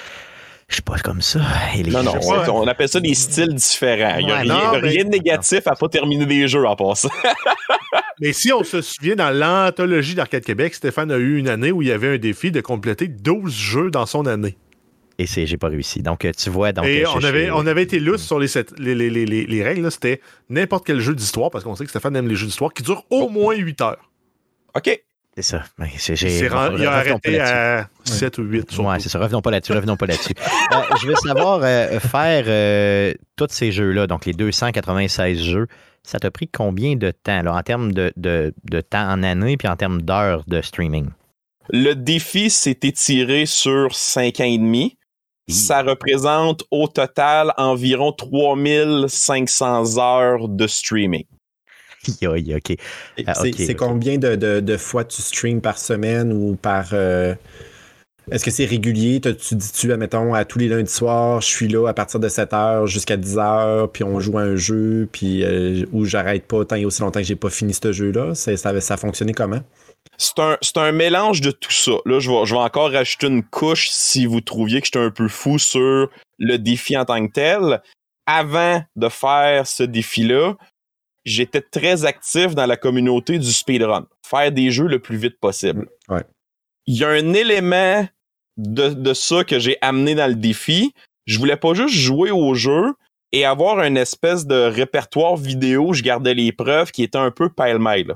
Je suis pas comme ça. Et les non, non, ouais. on appelle ça des styles différents. Il n'y a ouais, rien, non, rien mais... de négatif à pas terminer des jeux en passant. Mais si on se souvient, dans l'anthologie d'Arcade Québec, Stéphane a eu une année où il y avait un défi de compléter douze jeux dans son année. Et c'est, j'ai pas réussi. Donc, tu vois... Donc, Et je, on, je, avait, je... on avait été lousse sur les, les, les, les, les, les règles. Là, c'était n'importe quel jeu d'histoire, parce qu'on sait que Stéphane aime les jeux d'histoire, qui durent au moins huit heures. OK. C'est ça. Ben, c'est, j'ai, c'est rend, il a arrêté à sept ou huit. Oui, c'est ça. Revenons pas là-dessus. Revenons pas là-dessus. euh, je veux savoir, euh, faire euh, tous ces jeux-là, donc les deux cent quatre-vingt-seize jeux, ça t'a pris combien de temps, là, en termes de, de, de temps en année puis en termes d'heures de streaming? Le défi s'est étiré sur cinq ans et demi. Mmh. Ça représente au total environ trois mille cinq cents heures de streaming. Yo, yo, okay. Ah, c'est, okay, c'est okay. Combien de, de, de fois tu streams par semaine ou par... Euh, est-ce que c'est régulier? Tu dis-tu, admettons, à tous les lundis soirs, je suis là à partir de sept heures jusqu'à dix heures, puis on joue à un jeu, puis euh, où j'arrête pas tant et aussi longtemps que j'ai pas fini ce jeu-là? C'est, ça, ça a fonctionné comment? C'est un, c'est un mélange de tout ça. Là, je vais, je vais encore rajouter une couche si vous trouviez que j'étais un peu fou sur le défi en tant que tel. Avant de faire ce défi-là, j'étais très actif dans la communauté du speedrun. Faire des jeux le plus vite possible. Ouais. Il y a un élément de, de ça que j'ai amené dans le défi. Je voulais pas juste jouer au jeu et avoir une espèce de répertoire vidéo. Je gardais les preuves qui étaient un peu pêle-mêle.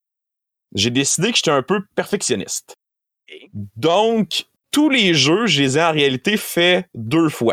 J'ai décidé que j'étais un peu perfectionniste. Donc, tous les jeux, je les ai en réalité fait deux fois.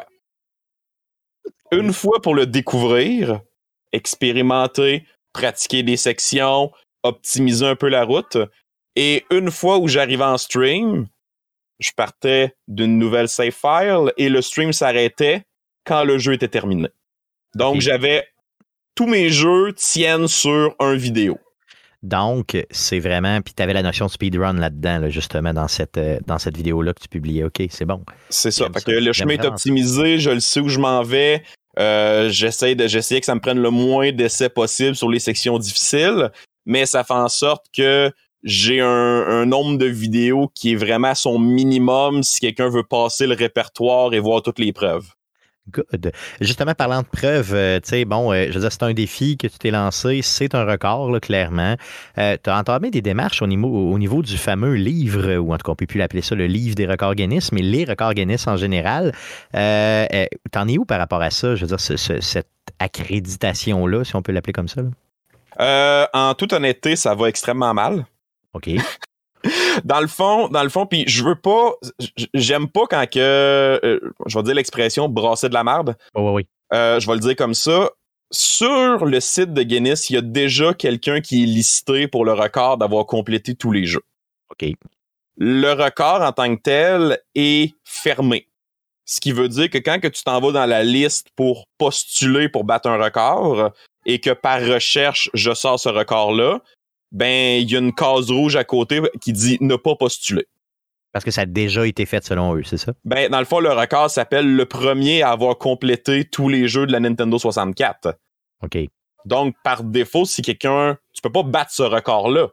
Une fois pour le découvrir, expérimenter, pratiquer des sections, optimiser un peu la route. Et une fois où j'arrivais en stream, je partais d'une nouvelle save file et le stream s'arrêtait quand le jeu était terminé. Donc, okay. J'avais... Tous mes jeux tiennent sur un vidéo. Donc, c'est vraiment... Puis tu avais la notion de speedrun là-dedans, là, justement, dans cette, euh, dans cette vidéo-là que tu publiais. OK, c'est bon. C'est ça. J'aime Fait ça. que le chemin J'aime est optimisé, je le sais où je m'en vais. Euh, j'essaie de, j'essayais que ça me prenne le moins d'essais possible sur les sections difficiles, mais ça fait en sorte que j'ai un, un nombre de vidéos qui est vraiment à son minimum si quelqu'un veut passer le répertoire et voir toutes les preuves. Good. Justement, parlant de preuves, euh, tu sais, bon, euh, je veux dire, c'est un défi que tu t'es lancé, c'est un record, là, clairement. Euh, tu as entamé des démarches au niveau, au niveau du fameux livre, ou en tout cas, on peut plus l'appeler ça le livre des records Guinness, mais les records Guinness en général. Euh, euh, T'en es où par rapport à ça? Je veux dire, ce, ce, cette accréditation-là, si on peut l'appeler comme ça? Là? Euh, en toute honnêteté, ça va extrêmement mal. OK. Dans le fond, dans le fond, puis je veux pas, j'aime pas quand que, euh, je vais dire l'expression brasser de la merde. Oui, oui, oui. Euh, je vais le dire comme ça. Sur le site de Guinness, il y a déjà quelqu'un qui est listé pour le record d'avoir complété tous les jeux. OK. Le record en tant que tel est fermé. Ce qui veut dire que quand que tu t'en vas dans la liste pour postuler pour battre un record et que par recherche, je sors ce record-là, ben, il y a une case rouge à côté qui dit ne pas postuler. Parce que ça a déjà été fait selon eux, c'est ça? Ben, dans le fond, le record s'appelle le premier à avoir complété tous les jeux de la Nintendo soixante-quatre. OK. Donc, par défaut, si quelqu'un, tu peux pas battre ce record-là.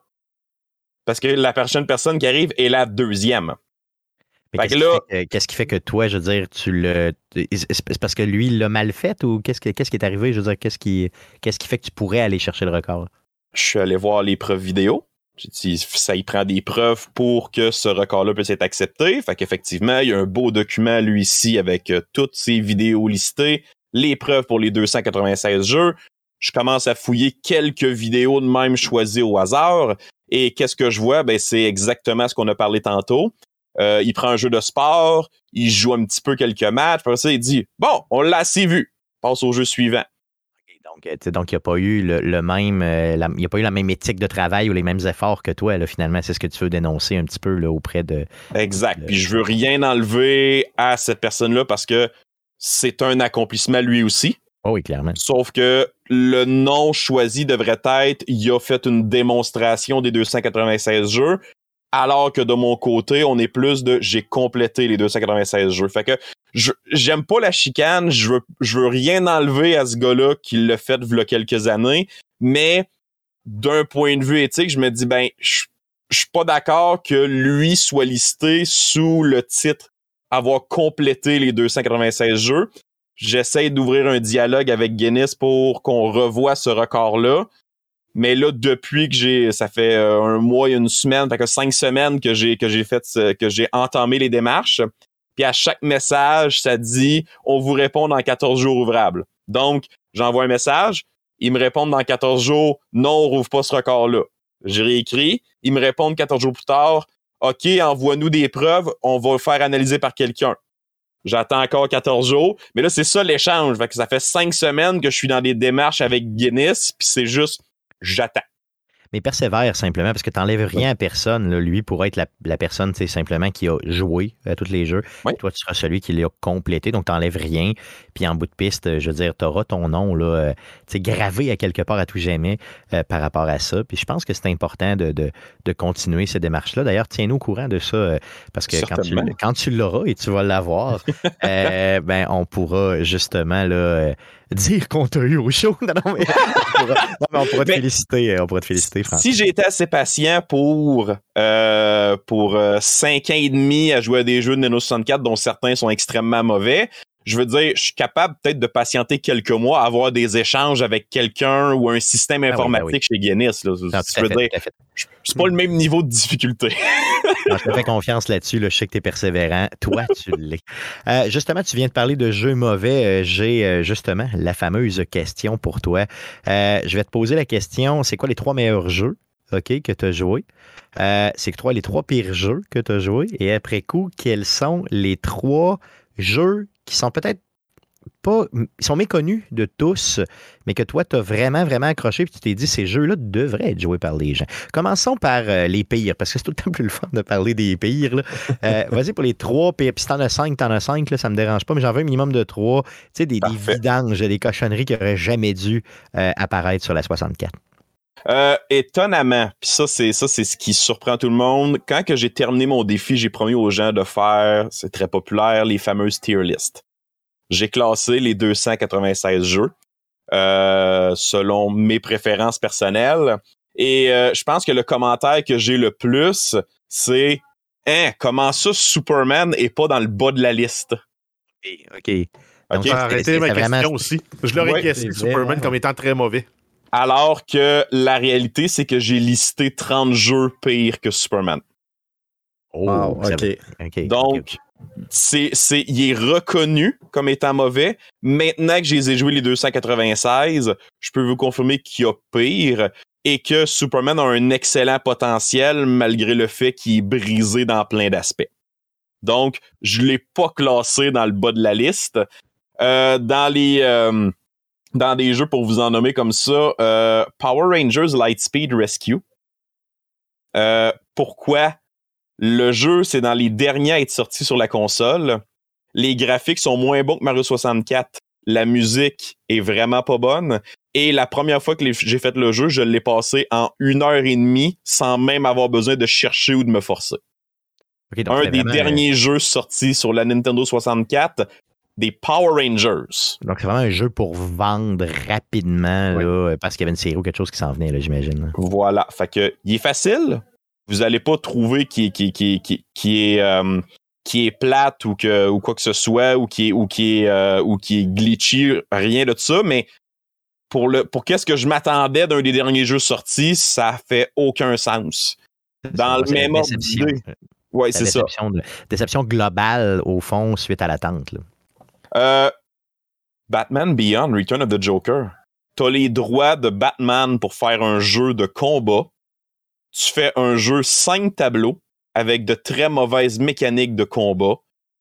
Parce que la prochaine personne qui arrive est la deuxième. Mais qu'est-ce, que là, qui fait que, qu'est-ce qui fait que toi, je veux dire, tu le. C'est parce que lui, il l'a mal fait ou qu'est-ce, que, qu'est-ce qui est arrivé? Je veux dire, qu'est-ce qui, qu'est-ce qui fait que tu pourrais aller chercher le record? Je suis allé voir les preuves vidéo. J'ai dit, ça y prend des preuves pour que ce record-là puisse être accepté. Fait qu'effectivement, il y a un beau document, lui, ici, avec euh, toutes ces vidéos listées, les preuves pour les deux cent quatre-vingt-seize jeux. Je commence à fouiller quelques vidéos de même choisies au hasard. Et qu'est-ce que je vois? Ben, c'est exactement ce qu'on a parlé tantôt. Euh, il prend un jeu de sport, il joue un petit peu quelques matchs, après ça, il dit « Bon, on l'a assez vu. Passe au jeu suivant. » Donc, donc il n'y a pas eu le, le même, euh, la, il y a pas eu la même éthique de travail ou les mêmes efforts que toi, là, finalement. C'est ce que tu veux dénoncer un petit peu là, auprès de... Exact. de... Puis je veux rien enlever à cette personne-là parce que c'est un accomplissement lui aussi. Oh oui, clairement. Sauf que le nom choisi devrait être « Il a fait une démonstration des deux cent quatre-vingt-seize jeux », alors que de mon côté, on est plus de « J'ai complété les deux cent quatre-vingt-seize jeux ». Fait que je, j'aime pas la chicane, je veux, je veux rien enlever à ce gars-là qui l'a fait v'là quelques années, mais d'un point de vue éthique, je me dis, ben, je, je suis pas d'accord que lui soit listé sous le titre « Avoir complété les deux cent quatre-vingt-seize jeux ». J'essaie d'ouvrir un dialogue avec Guinness pour qu'on revoie ce record-là. Mais là, depuis que j'ai, ça fait euh, un mois et une semaine, fait que cinq semaines que j'ai, que j'ai fait, que j'ai entamé les démarches. Puis à chaque message, ça dit « On vous répond dans quatorze jours ouvrables ». Donc, j'envoie un message, ils me répondent dans quatorze jours « Non, on rouvre pas ce record-là ». J'ai réécrit, ils me répondent quatorze jours plus tard « OK, envoie-nous des preuves, on va le faire analyser par quelqu'un ». J'attends encore quatorze jours, mais là, c'est ça l'échange. Fait que ça fait cinq semaines que je suis dans des démarches avec Guinness, puis c'est juste « J'attends ». Mais persévère simplement, parce que tu n'enlèves rien à personne. Là. Lui pourrait être la, la personne simplement qui a joué à tous les jeux. Oui. Toi, tu seras celui qui l'a complété, donc tu n'enlèves rien. Puis en bout de piste, je veux dire, tu auras ton nom là, euh, gravé à quelque part à tout jamais euh, par rapport à ça. Puis je pense que c'est important de, de, de continuer ces démarches-là. D'ailleurs, tiens-nous au courant de ça, euh, parce que quand tu, quand tu l'auras et tu vas l'avoir, euh, ben, on pourra justement là, euh, dire qu'on t'a eu au show. Non, non, mais on pourra, non, mais on pourra te mais, féliciter. On pourra te féliciter, François. Si j'ai été assez patient pour, euh, pour euh, cinq ans et demi à jouer à des jeux de Nintendo soixante-quatre dont certains sont extrêmement mauvais, je veux dire, je suis capable peut-être de patienter quelques mois, avoir des échanges avec quelqu'un ou un système informatique ah oui, ben oui. chez Guinness. Là. Non, je veux fait, dire, c'est pas le même niveau de difficulté. Non, je te fais confiance là-dessus. Là. Je sais que tu es persévérant. Toi, tu l'es. Euh, justement, tu viens de parler de jeux mauvais. Euh, j'ai euh, justement la fameuse question pour toi. Euh, je vais te poser la question, c'est quoi les trois meilleurs jeux okay, que tu as joués? Euh, c'est quoi les trois pires jeux que tu as joués? Et après coup, quels sont les trois jeux qui sont peut-être pas, ils sont méconnus de tous, mais que toi, tu as vraiment, vraiment accroché et tu t'es dit, ces jeux-là devraient être joués par les gens. Commençons par euh, les pires, parce que c'est tout le temps plus le fun de parler des pires. Là. Euh, vas-y pour les trois pires. Puis si t'en as cinq, t'en as cinq, là, ça me dérange pas, mais j'en veux un minimum de trois. Tu sais, des, des vidanges, des cochonneries qui n'auraient jamais dû euh, apparaître sur la soixante-quatre. Euh, étonnamment, puis ça c'est ça c'est ce qui surprend tout le monde. Quand que j'ai terminé mon défi, j'ai promis aux gens de faire, c'est très populaire, les fameuses tier lists. J'ai classé les deux cent quatre-vingt-seize jeux euh, selon mes préférences personnelles. Et euh, je pense que le commentaire que j'ai le plus, c'est hein, comment ça Superman est pas dans le bas de la liste. OK. OK. Donc, arrêtez ma question vraiment... aussi. Je l'aurais ouais, guessé Superman comme étant très mauvais. Alors que la réalité, c'est que j'ai listé trente jeux pires que Superman. Oh, wow, OK. okay. Donc, okay. C'est, c'est, il est reconnu comme étant mauvais. Maintenant que je les ai joués les deux cent quatre-vingt-seize, je peux vous confirmer qu'il y a pire et que Superman a un excellent potentiel malgré le fait qu'il est brisé dans plein d'aspects. Donc, je ne l'ai pas classé dans le bas de la liste. Euh, dans les... Euh, Dans des jeux, pour vous en nommer comme ça, euh, Power Rangers Lightspeed Rescue. Euh, pourquoi? Le jeu, c'est dans les derniers à être sortis sur la console. Les graphiques sont moins bons que Mario soixante-quatre. La musique est vraiment pas bonne. Et la première fois que les, j'ai fait le jeu, je l'ai passé en une heure et demie sans même avoir besoin de chercher ou de me forcer. Okay, donc Un des vraiment... derniers jeux sortis sur la Nintendo soixante-quatre... des Power Rangers. Donc, c'est vraiment un jeu pour vendre rapidement, oui. là, parce qu'il y avait une série ou quelque chose qui s'en venait, là, j'imagine. Voilà. Fait que, il est facile. Vous n'allez pas trouver qu'il, qu'il, qu'il, qu'il, qu'il est, euh, qu'il est plate ou, que, ou quoi que ce soit, ou qu'il est, ou qu'il est, euh, ou qu'il est glitchy, rien de ça, mais pour, le, pour qu'est-ce que je m'attendais d'un des derniers jeux sortis, ça fait aucun sens. Dans le même ordre d'idée. Oui, c'est ça. De, déception globale, au fond, suite à l'attente, là. Euh, Batman Beyond, Return of the Joker. T'as les droits de Batman pour faire un jeu de combat. Tu fais un jeu cinq tableaux avec de très mauvaises mécaniques de combat.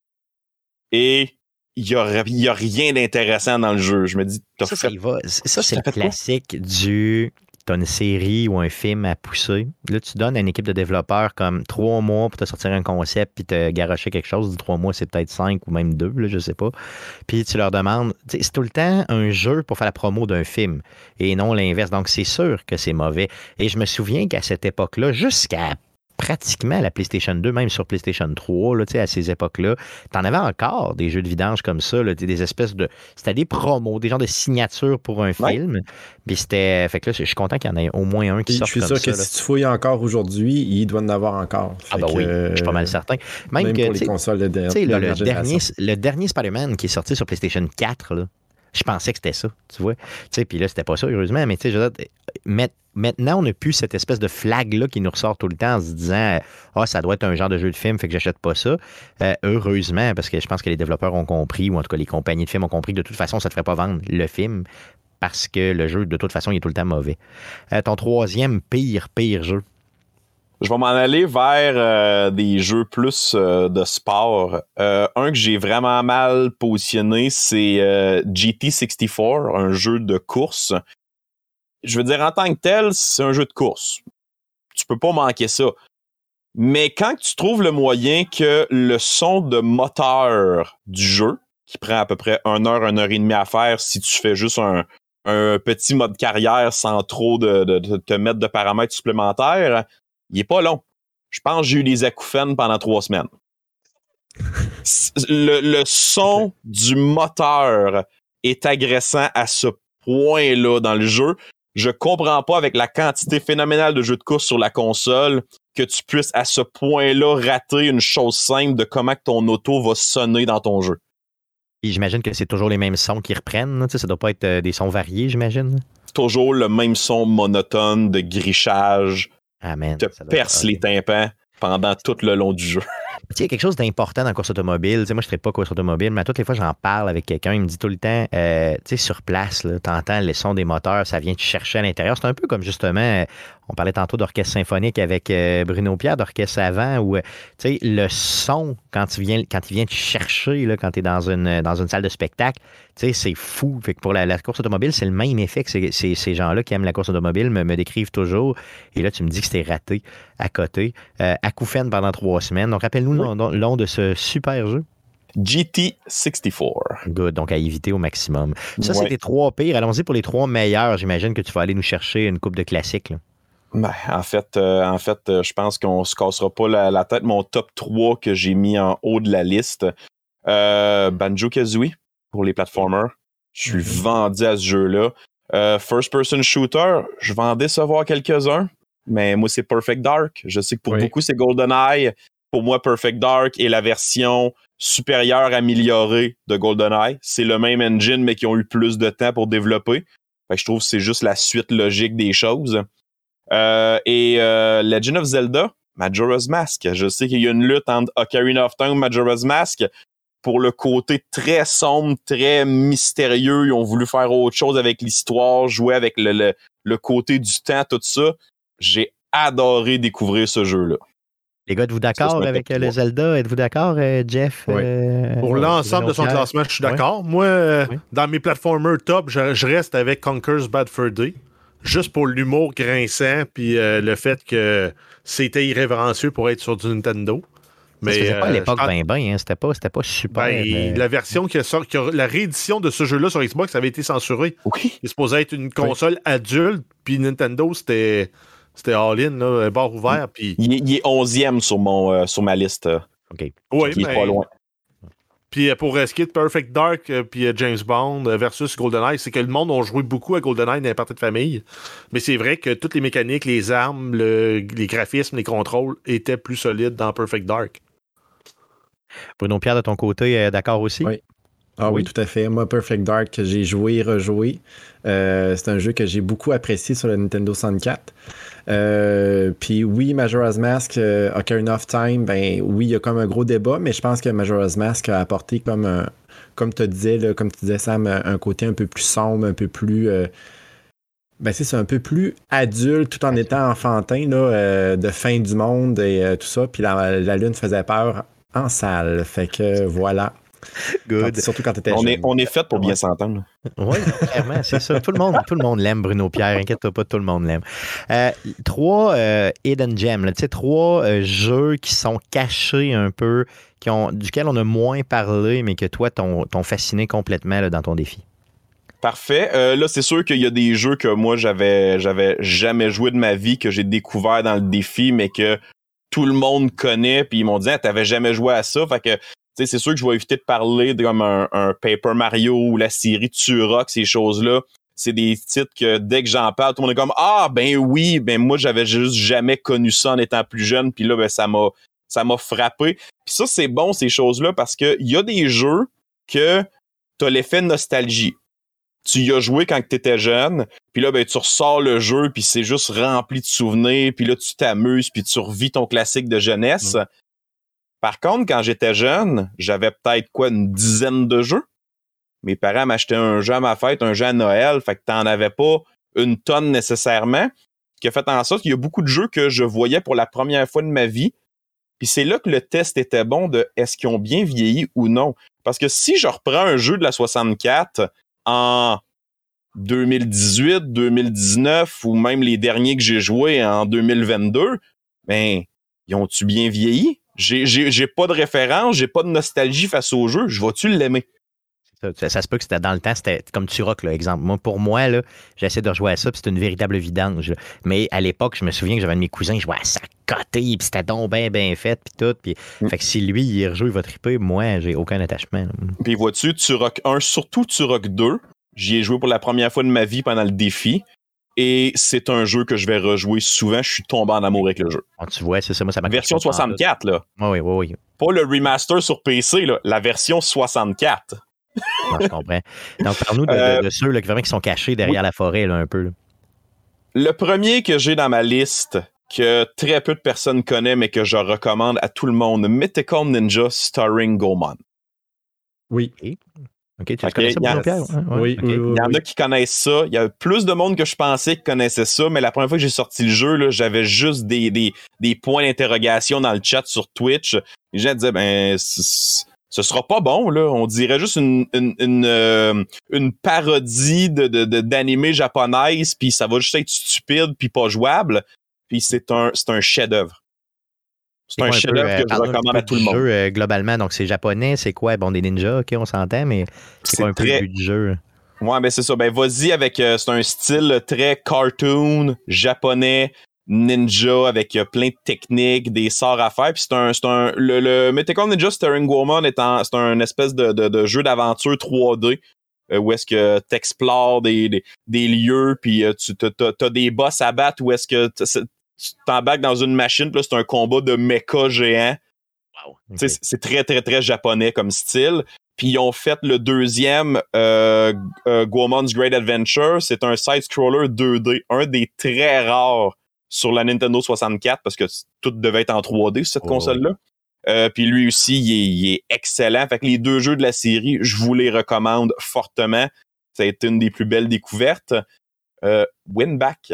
Et il n'y a, a rien d'intéressant dans le jeu. Je me dis, t'as ça, fait... ça, va. ça c'est le classique quoi? Du... T'as une série ou un film à pousser. Là, tu donnes à une équipe de développeurs comme trois mois pour te sortir un concept puis te garocher quelque chose. Du trois mois, c'est peut-être cinq ou même deux, là, je sais pas. Puis tu leur demandes... C'est tout le temps un jeu pour faire la promo d'un film et non l'inverse. Donc, c'est sûr que c'est mauvais. Et je me souviens qu'à cette époque-là, jusqu'à pratiquement la PlayStation deux, même sur PlayStation trois, là, à ces époques-là, t'en avais encore des jeux de vidange comme ça, là, des espèces de... C'était des promos, des genres de signatures pour un ouais. film. Puis c'était... Fait que là, je suis content qu'il y en ait au moins un qui sorte comme ça. Je suis sûr que là. Si tu fouilles encore aujourd'hui, il doit en avoir encore. Fait ah bah que, oui, je suis pas mal certain. Même, même que, pour les consoles de, de, de le, le, dernier, le dernier Spider-Man qui est sorti sur PlayStation quatre, là, je pensais que c'était ça, tu vois. Puis là, c'était pas ça, heureusement. Mais tu sais, je veux dire, maintenant, on n'a plus cette espèce de flag-là qui nous ressort tout le temps en se disant « Ah, ça doit être un genre de jeu de film, fait que j'achète pas ça. Euh, » Heureusement, parce que je pense que les développeurs ont compris, ou en tout cas les compagnies de films ont compris que de toute façon, ça ne te ferait pas vendre le film parce que le jeu, de toute façon, il est tout le temps mauvais. Euh, ton troisième pire, pire jeu? Je vais m'en aller vers euh, des jeux plus euh, de sport. Euh, un que j'ai vraiment mal positionné, c'est euh, G T soixante-quatre, un jeu de course. Je veux dire, en tant que tel, c'est un jeu de course. Tu peux pas manquer ça. Mais quand tu trouves le moyen que le son de moteur du jeu, qui prend à peu près une heure, une heure et demie à faire si tu fais juste un, un petit mode carrière sans trop de, de, de te mettre de paramètres supplémentaires, il est pas long. Je pense que j'ai eu des acouphènes pendant trois semaines. Le, le son du moteur est agressant à ce point-là dans le jeu. Je comprends pas, avec la quantité phénoménale de jeux de course sur la console, que tu puisses à ce point-là rater une chose simple de comment que ton auto va sonner dans ton jeu. Et j'imagine que c'est toujours les mêmes sons qui reprennent. Ça doit pas être euh, des sons variés, j'imagine. Toujours le même son monotone de grichage. Ah, man, te perce les tympans pendant tout le long du jeu. Il y a quelque chose d'important dans la course automobile. T'sais, moi, je ne traite pas course automobile, mais à toutes les fois, j'en parle avec quelqu'un. Il me dit tout le temps, euh, tu sais, sur place, tu entends les sons des moteurs, ça vient te chercher à l'intérieur. C'est un peu comme justement, on parlait tantôt d'orchestre symphonique avec euh, Bruno Pierre, d'orchestre savant, où, tu sais, le son, quand, tu viens, quand il vient te chercher, là, quand tu es dans une, dans une salle de spectacle, tu sais, c'est fou. Fait que pour la, la course automobile, c'est le même effet que c'est, c'est, ces gens-là qui aiment la course automobile me, me décrivent toujours. Et là, tu me dis que c'était raté à côté. Euh, acouphène pendant trois semaines. Donc, rappelle-nous oui. le nom de ce super jeu. G T soixante-quatre. Good, donc à éviter au maximum. Ça, Ouais. c'est les trois pires. Allons-y pour les trois meilleurs. J'imagine que tu vas aller nous chercher une coupe de classiques. Là. Ben, en fait, euh, en fait euh, je pense qu'on se cassera pas la, la tête. Mon top trois que j'ai mis en haut de la liste, euh, Banjo-Kazooie pour les platformers. Je suis mm-hmm. vendu à ce jeu-là. Euh, First-person shooter, je vais en décevoir quelques-uns, mais moi, c'est Perfect Dark. Je sais que pour oui. beaucoup, c'est GoldenEye. Pour moi, Perfect Dark est la version supérieure, améliorée de GoldenEye. C'est le même engine, mais qui ont eu plus de temps pour développer. Fait que je trouve que c'est juste la suite logique des choses. Euh, et euh, Legend of Zelda, Majora's Mask. Je sais qu'il y a une lutte entre Ocarina of Time et Majora's Mask. Pour le côté très sombre, très mystérieux, ils ont voulu faire autre chose avec l'histoire, jouer avec le, le, le côté du temps, tout ça. J'ai adoré découvrir ce jeu-là. Les gars, êtes-vous d'accord ça, avec le Zelda? Êtes-vous d'accord, euh, Jeff? Oui. Euh, Pour l'ensemble de son classement, je suis d'accord. Oui. Moi, euh, oui. dans mes platformers top, je, je reste avec Conker's Bad Fur Day. Juste pour l'humour grinçant, puis euh, le fait que c'était irrévérencieux pour être sur du Nintendo. Mais c'était pas à l'époque euh, ben ben, hein. c'était, pas, c'était pas super. Ben, mais... La version qui a sorti, qui a, la réédition de ce jeu-là sur Xbox avait été censurée. Oui. Il supposait être une console oui. adulte, puis Nintendo, c'était, c'était all-in, là, barre ouvert. Puis... Il, il est onzième sur, mon, euh, sur ma liste. OK. Oui, il mais... est pas loin. Puis pour euh, ce qui est de Perfect Dark euh, puis euh, James Bond euh, versus GoldenEye, c'est que le monde a joué beaucoup à GoldenEye dans les parties de famille. Mais c'est vrai que toutes les mécaniques, les armes, le, les graphismes, les contrôles étaient plus solides dans Perfect Dark. Bruno Pierre, de ton côté, euh, d'accord aussi? Oui. Ah oui. oui, tout à fait. Moi, Perfect Dark, que j'ai joué et rejoué. Euh, c'est un jeu que j'ai beaucoup apprécié sur le Nintendo soixante-quatre. Euh, puis oui, Majora's Mask, euh, Ocarina of Time, ben oui, il y a comme un gros débat, mais je pense que Majora's Mask a apporté comme un, comme tu disais, là, comme tu disais Sam, un côté un peu plus sombre, un peu plus euh, ben c'est, c'est un peu plus adulte tout en étant enfantin là, euh, de fin du monde et euh, tout ça. Puis la, la lune faisait peur en salle. Fait que voilà. Good. Quand, surtout quand tu étais on jeune. Est, on est fait pour ouais. bien s'entendre. Oui, clairement, c'est ça. Tout le monde, tout le monde l'aime, Bruno Pierre. Inquiète-toi pas, tout le monde l'aime. Euh, trois euh, Hidden Gems, tu sais, trois euh, jeux qui sont cachés un peu, qui ont, duquel on a moins parlé, mais que toi, t'ont, t'ont fasciné complètement là, dans ton défi. Parfait. Euh, là, c'est sûr qu'il y a des jeux que moi, j'avais, j'avais jamais joué de ma vie, que j'ai découvert dans le défi, mais que tout le monde connaît, puis ils m'ont dit ah, « t'avais jamais joué à ça », fait que t'sais, c'est sûr que je vais éviter de parler de comme un, un Paper Mario ou la série Turok, ces choses-là. C'est des titres que dès que j'en parle, tout le monde est comme « Ah, ben oui, ben moi, j'avais juste jamais connu ça en étant plus jeune. » Puis là, ben ça m'a ça m'a frappé. Puis ça, c'est bon, ces choses-là, parce que il y a des jeux que t'as l'effet de nostalgie. Tu y as joué quand t'étais jeune, puis là, ben tu ressors le jeu, puis c'est juste rempli de souvenirs, puis là, tu t'amuses, puis tu revis ton classique de jeunesse. Mmh. Par contre, quand j'étais jeune, j'avais peut-être quoi, une dizaine de jeux. Mes parents m'achetaient un jeu à ma fête, un jeu à Noël, fait que t'en avais pas une tonne nécessairement. Ce qui a fait en sorte qu'il y a beaucoup de jeux que je voyais pour la première fois de ma vie. Puis c'est là que le test était bon de est-ce qu'ils ont bien vieilli ou non. Parce que si je reprends un jeu de la soixante-quatre en deux mille dix-huit, deux mille dix-neuf ou même les derniers que j'ai joués en deux mille vingt-deux, ben, ils ont-tu bien vieilli? J'ai, j'ai, j'ai pas de référence, j'ai pas de nostalgie face au jeu. Je vais-tu l'aimer? Ça, ça, ça se peut que c'était dans le temps, c'était comme Turok, là, exemple. Moi, pour moi, là, j'essaie de rejouer à ça, puis c'était une véritable vidange. Là. Mais à l'époque, je me souviens que j'avais un de mes cousins, je jouais à ça côté, puis c'était donc bien, bien fait, puis tout. Puis, mm. Fait que si lui, il rejoue, il va triper, moi, j'ai aucun attachement. Là. Puis vois-tu, Turok un, surtout Turok deux, j'y ai joué pour la première fois de ma vie pendant le défi. Et c'est un jeu que je vais rejouer souvent. Je suis tombé en amour avec le jeu. Oh, tu vois, c'est ça. Moi, ça m'a version soixante-quatre, là. Oui, oui, oui. Pas le remaster sur P C, là. La version soixante-quatre. Non, je comprends. Donc, parle-nous de, euh, de, de ceux là, qui, vraiment, qui sont cachés derrière oui. la forêt, là, un peu. Là. Le premier que j'ai dans ma liste, que très peu de personnes connaissent, mais que je recommande à tout le monde, Mythical Ninja starring Goemon. Oui. Et... OK, tu okay, connais ça, Bruno Pierre? Ouais, ouais. Oui, okay. oui, oui. Il y en a qui connaissent ça. Il y a plus de monde que je pensais qui connaissait ça, mais la première fois que j'ai sorti le jeu, là, j'avais juste des, des, des points d'interrogation dans le chat sur Twitch. Les gens disaient, ben, ce sera pas bon, là. On dirait juste une, une, une, euh, une parodie de, de, de, d'animé japonaise, puis ça va juste être stupide puis pas jouable. Puis c'est un, c'est un chef-d'œuvre. C'est, c'est un chef-d'œuvre euh, que je recommande à tout le monde. Jeu, euh, globalement, donc c'est japonais, c'est quoi? Bon, des ninjas, ok, on s'entend, mais c'est, c'est quoi un très... peu le but du jeu? Ouais, ben c'est ça. Ben vas-y avec, euh, c'est un style très cartoon, japonais, ninja, avec euh, plein de techniques, des sorts à faire. Puis c'est un, c'est un, le, le Mythical Ninja Starring Woman est en, c'est un espèce de, de, de jeu d'aventure trois D. Où est-ce que tu explores des, des, des lieux, puis euh, tu as des boss à battre, où est-ce que tu t'embarques dans une machine, puis là, c'est un combat de mecha géant. Wow. Okay. C'est, c'est très, très, très japonais comme style. Puis ils ont fait le deuxième euh, euh, Goemon's Great Adventure. C'est un side-scroller deux D, un des très rares sur la Nintendo soixante-quatre, parce que tout devait être en trois D sur cette oh. console-là. Euh, puis lui aussi, il est, il est excellent. Fait que les deux jeux de la série, je vous les recommande fortement. Ça a été une des plus belles découvertes. Euh, Winback.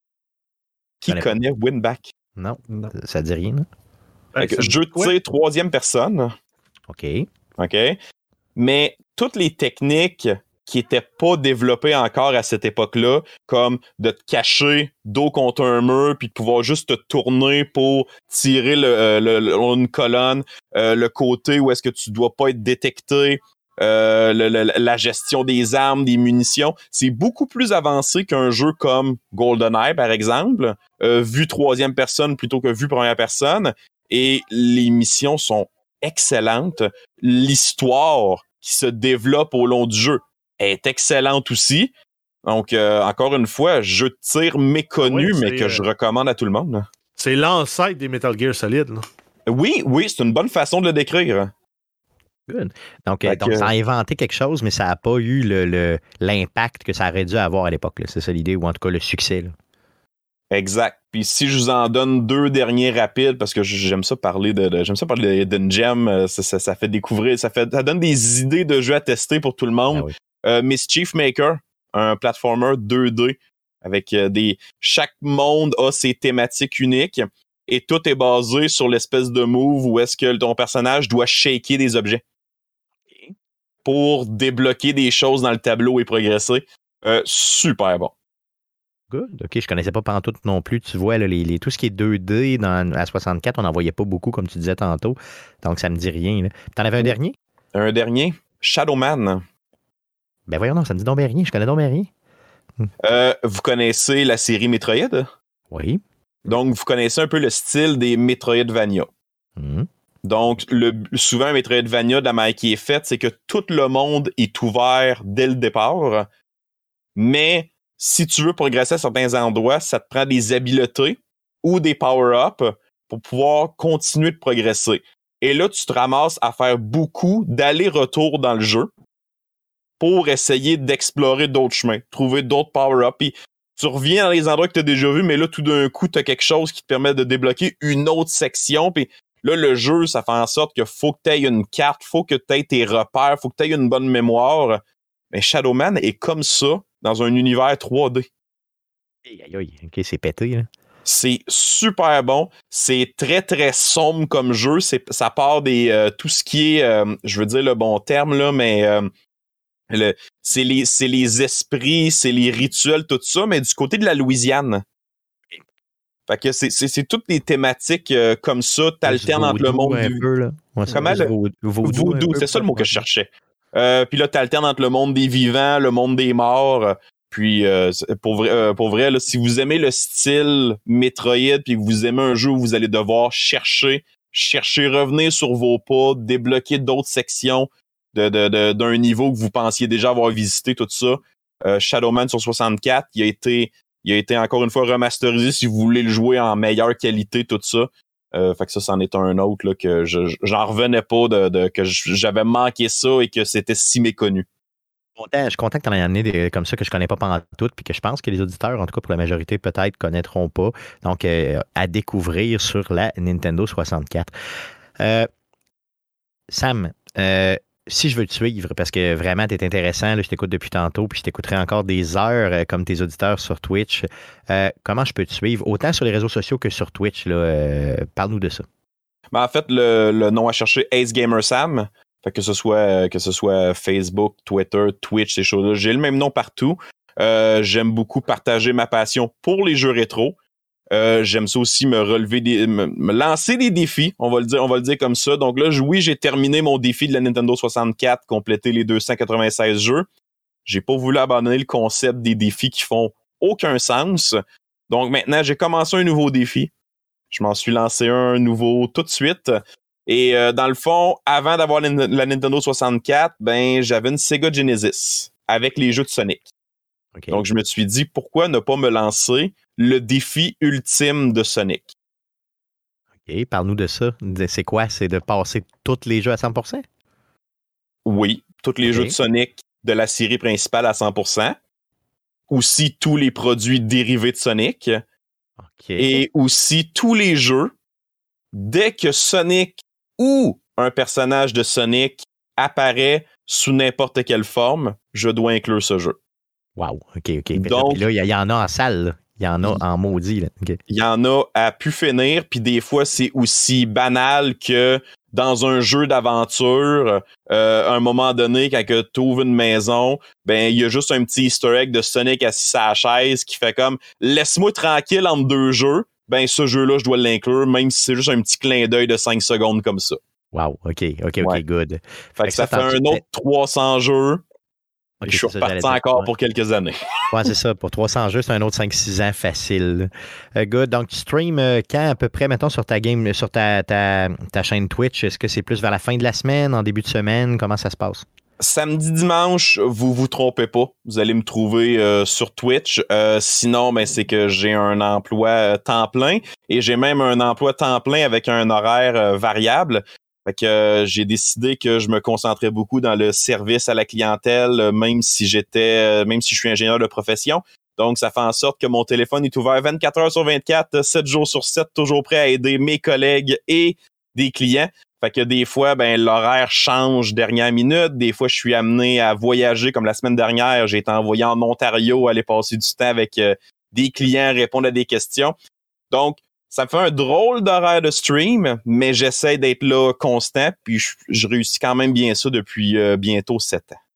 Qui connais, connaît Winback? Non, non, ça dit rien. Fait que, jeu de tir troisième personne. OK. OK. Mais toutes les techniques qui n'étaient pas développées encore à cette époque-là, comme de te cacher dos contre un mur, puis de pouvoir juste te tourner pour tirer le, le, le, une colonne, euh, le côté où est-ce que tu dois pas être détecté, euh, le, le, la gestion des armes, des munitions, c'est beaucoup plus avancé qu'un jeu comme GoldenEye, par exemple, euh, vu troisième personne plutôt que vu première personne, et les missions sont excellentes. L'histoire qui se développe au long du jeu est excellente aussi. Donc, euh, encore une fois, jeu de tir méconnu, ouais, mais que euh, je recommande à tout le monde. C'est l'ancêtre des Metal Gear Solid. Là. Oui, oui, c'est une bonne façon de le décrire. Good. Donc, euh, donc que... ça a inventé quelque chose, mais ça n'a pas eu le, le, l'impact que ça aurait dû avoir à l'époque. Là. C'est ça l'idée, ou en tout cas le succès. Là. Exact. Puis si je vous en donne deux derniers rapides, parce que j'aime ça parler de, de j'aime ça parler d'une gem, ça, ça, ça fait découvrir, ça fait, ça donne des idées de jeux à tester pour tout le monde. Ah oui. euh, Mischief Maker, un platformer deux D avec euh, des, chaque monde a ses thématiques uniques et tout est basé sur l'espèce de move où est-ce que ton personnage doit shaker des objets pour débloquer des choses dans le tableau et progresser. Euh, super bon. Good. OK, je connaissais pas pantoute non plus. Tu vois, là, les, les, tout ce qui est deux D dans la soixante-quatre, on n'en voyait pas beaucoup, comme tu disais tantôt. Donc, ça me dit rien. Là. T'en avais un dernier? Un dernier? Shadowman. Ben voyons, non, ça me dit donc bien rien. Je connais donc bien rien. Hum. Euh, vous connaissez la série Metroid? Oui. Donc, vous connaissez un peu le style des Metroidvania. Hum. Donc, le, souvent, un Metroidvania, de la manière qui est faite, c'est que tout le monde est ouvert dès le départ, mais si tu veux progresser à certains endroits, ça te prend des habiletés ou des power-ups pour pouvoir continuer de progresser. Et là, tu te ramasses à faire beaucoup d'aller-retour dans le jeu pour essayer d'explorer d'autres chemins, trouver d'autres power-ups. Puis tu reviens dans les endroits que tu as déjà vus, mais là, tout d'un coup, tu as quelque chose qui te permet de débloquer une autre section. Puis là, le jeu, ça fait en sorte qu'il faut que tu aies une carte, faut que tu aies tes repères, faut que tu aies une bonne mémoire. Mais Shadowman est comme ça dans un univers trois D. Aïe, aïe, aïe. OK, c'est pété, là. C'est super bon. C'est très, très sombre comme jeu. C'est, ça part des... Euh, tout ce qui est... Euh, je veux dire le bon terme, là, mais... Euh, le, c'est, les, c'est les esprits, c'est les rituels, tout ça, mais du côté de la Louisiane. Fait que c'est, c'est, c'est toutes des thématiques euh, comme ça. T'alternes entre le monde... Un du... peu, là. Ouais, Comment le... Voodoo, voodoo c'est ça le mot que je cherchais. Euh, puis là, t'alternes entre le monde des vivants, le monde des morts. Puis euh, pour vrai, euh, pour vrai là, si vous aimez le style Metroid, puis que vous aimez un jeu où vous allez devoir chercher, chercher, revenir sur vos pas, débloquer d'autres sections de, de, de, d'un niveau que vous pensiez déjà avoir visité, tout ça. Euh, Shadowman sur soixante-quatre, il a été, il a été encore une fois remasterisé si vous voulez le jouer en meilleure qualité, tout ça. Euh, fait que ça, c'en est un autre là, que je, j'en revenais pas de, de que j'avais manqué ça et que c'était si méconnu. Je suis content que tu en aies amené des, comme ça que je connais pas pendant tout, puis que je pense que les auditeurs, en tout cas pour la majorité, peut-être connaîtront pas. Donc, euh, à découvrir sur la Nintendo soixante-quatre. Euh, Sam, euh, si je veux te suivre, parce que vraiment, tu es intéressant, là, je t'écoute depuis tantôt, puis je t'écouterai encore des heures euh, comme tes auditeurs sur Twitch. Euh, comment je peux te suivre, autant sur les réseaux sociaux que sur Twitch? Là, euh, parle-nous de ça. Ben, en fait, le, le nom à chercher, Ace Gamer Sam. Fait que ce soit que ce soit Facebook, Twitter, Twitch, ces choses-là. J'ai le même nom partout. Euh, j'aime beaucoup partager ma passion pour les jeux rétro. Euh, j'aime ça aussi me relever des, me, me lancer des défis, on va le dire, on va le dire comme ça. Donc là, oui, j'ai terminé mon défi de la Nintendo soixante-quatre, complété les deux cent quatre-vingt-seize jeux. J'ai pas voulu abandonner le concept des défis qui font aucun sens. Donc maintenant, j'ai commencé un nouveau défi. Je m'en suis lancé un nouveau tout de suite. Et euh, dans le fond, avant d'avoir la, la Nintendo soixante-quatre, ben j'avais une Sega Genesis avec les jeux de Sonic. Okay. Donc je me suis dit, pourquoi ne pas me lancer le défi ultime de Sonic? OK, parle-nous de ça. C'est quoi? C'est de passer tous les jeux à cent pour cent? Oui, tous les okay. jeux de Sonic de la série principale à cent pour cent. Aussi tous les produits dérivés de Sonic. Okay. Et aussi tous les jeux, dès que Sonic ou un personnage de Sonic apparaît sous n'importe quelle forme, je dois inclure ce jeu. Wow, OK, OK. Donc, là, il y, y en a en salle, là. Il y en a en maudit. Là. Okay. Il y en a à pu finir, puis des fois, c'est aussi banal que dans un jeu d'aventure, euh, à un moment donné, quand tu ouvres une maison, ben il y a juste un petit easter egg de Sonic assis à la chaise qui fait comme « Laisse-moi tranquille entre deux jeux », ben ce jeu-là, je dois l'inclure, même si c'est juste un petit clin d'œil de cinq secondes comme ça. Wow, OK, OK, OK, ouais. Good. Fait, fait que ça, ça fait un autre trois cents jeux. Okay, je suis reparti ça, encore ouais. pour quelques années. Ouais, c'est ça. Pour trois cents jeux, c'est un autre cinq six ans facile. Uh, good. Donc, tu streams uh, quand à peu près, mettons, sur ta game, sur ta, ta, ta chaîne Twitch? Est-ce que c'est plus vers la fin de la semaine, en début de semaine? Comment ça se passe? Samedi, dimanche, vous vous trompez pas. Vous allez me trouver euh, sur Twitch. Euh, sinon, ben, c'est que j'ai un emploi euh, temps plein et j'ai même un emploi temps plein avec un horaire euh, variable. Fait que euh, j'ai décidé que je me concentrais beaucoup dans le service à la clientèle, euh, même si j'étais, euh, même si je suis ingénieur de profession. Donc, ça fait en sorte que mon téléphone est ouvert vingt-quatre heures sur vingt-quatre, sept jours sur sept, toujours prêt à aider mes collègues et des clients. Fait que des fois, ben l'horaire change dernière minute. Des fois, je suis amené à voyager, comme la semaine dernière, j'ai été envoyé en Ontario, aller passer du temps avec euh, des clients, répondre à des questions. Donc, ça me fait un drôle d'horaire de stream, mais j'essaie d'être là constant, puis je, je réussis quand même bien ça depuis euh, bientôt sept ans.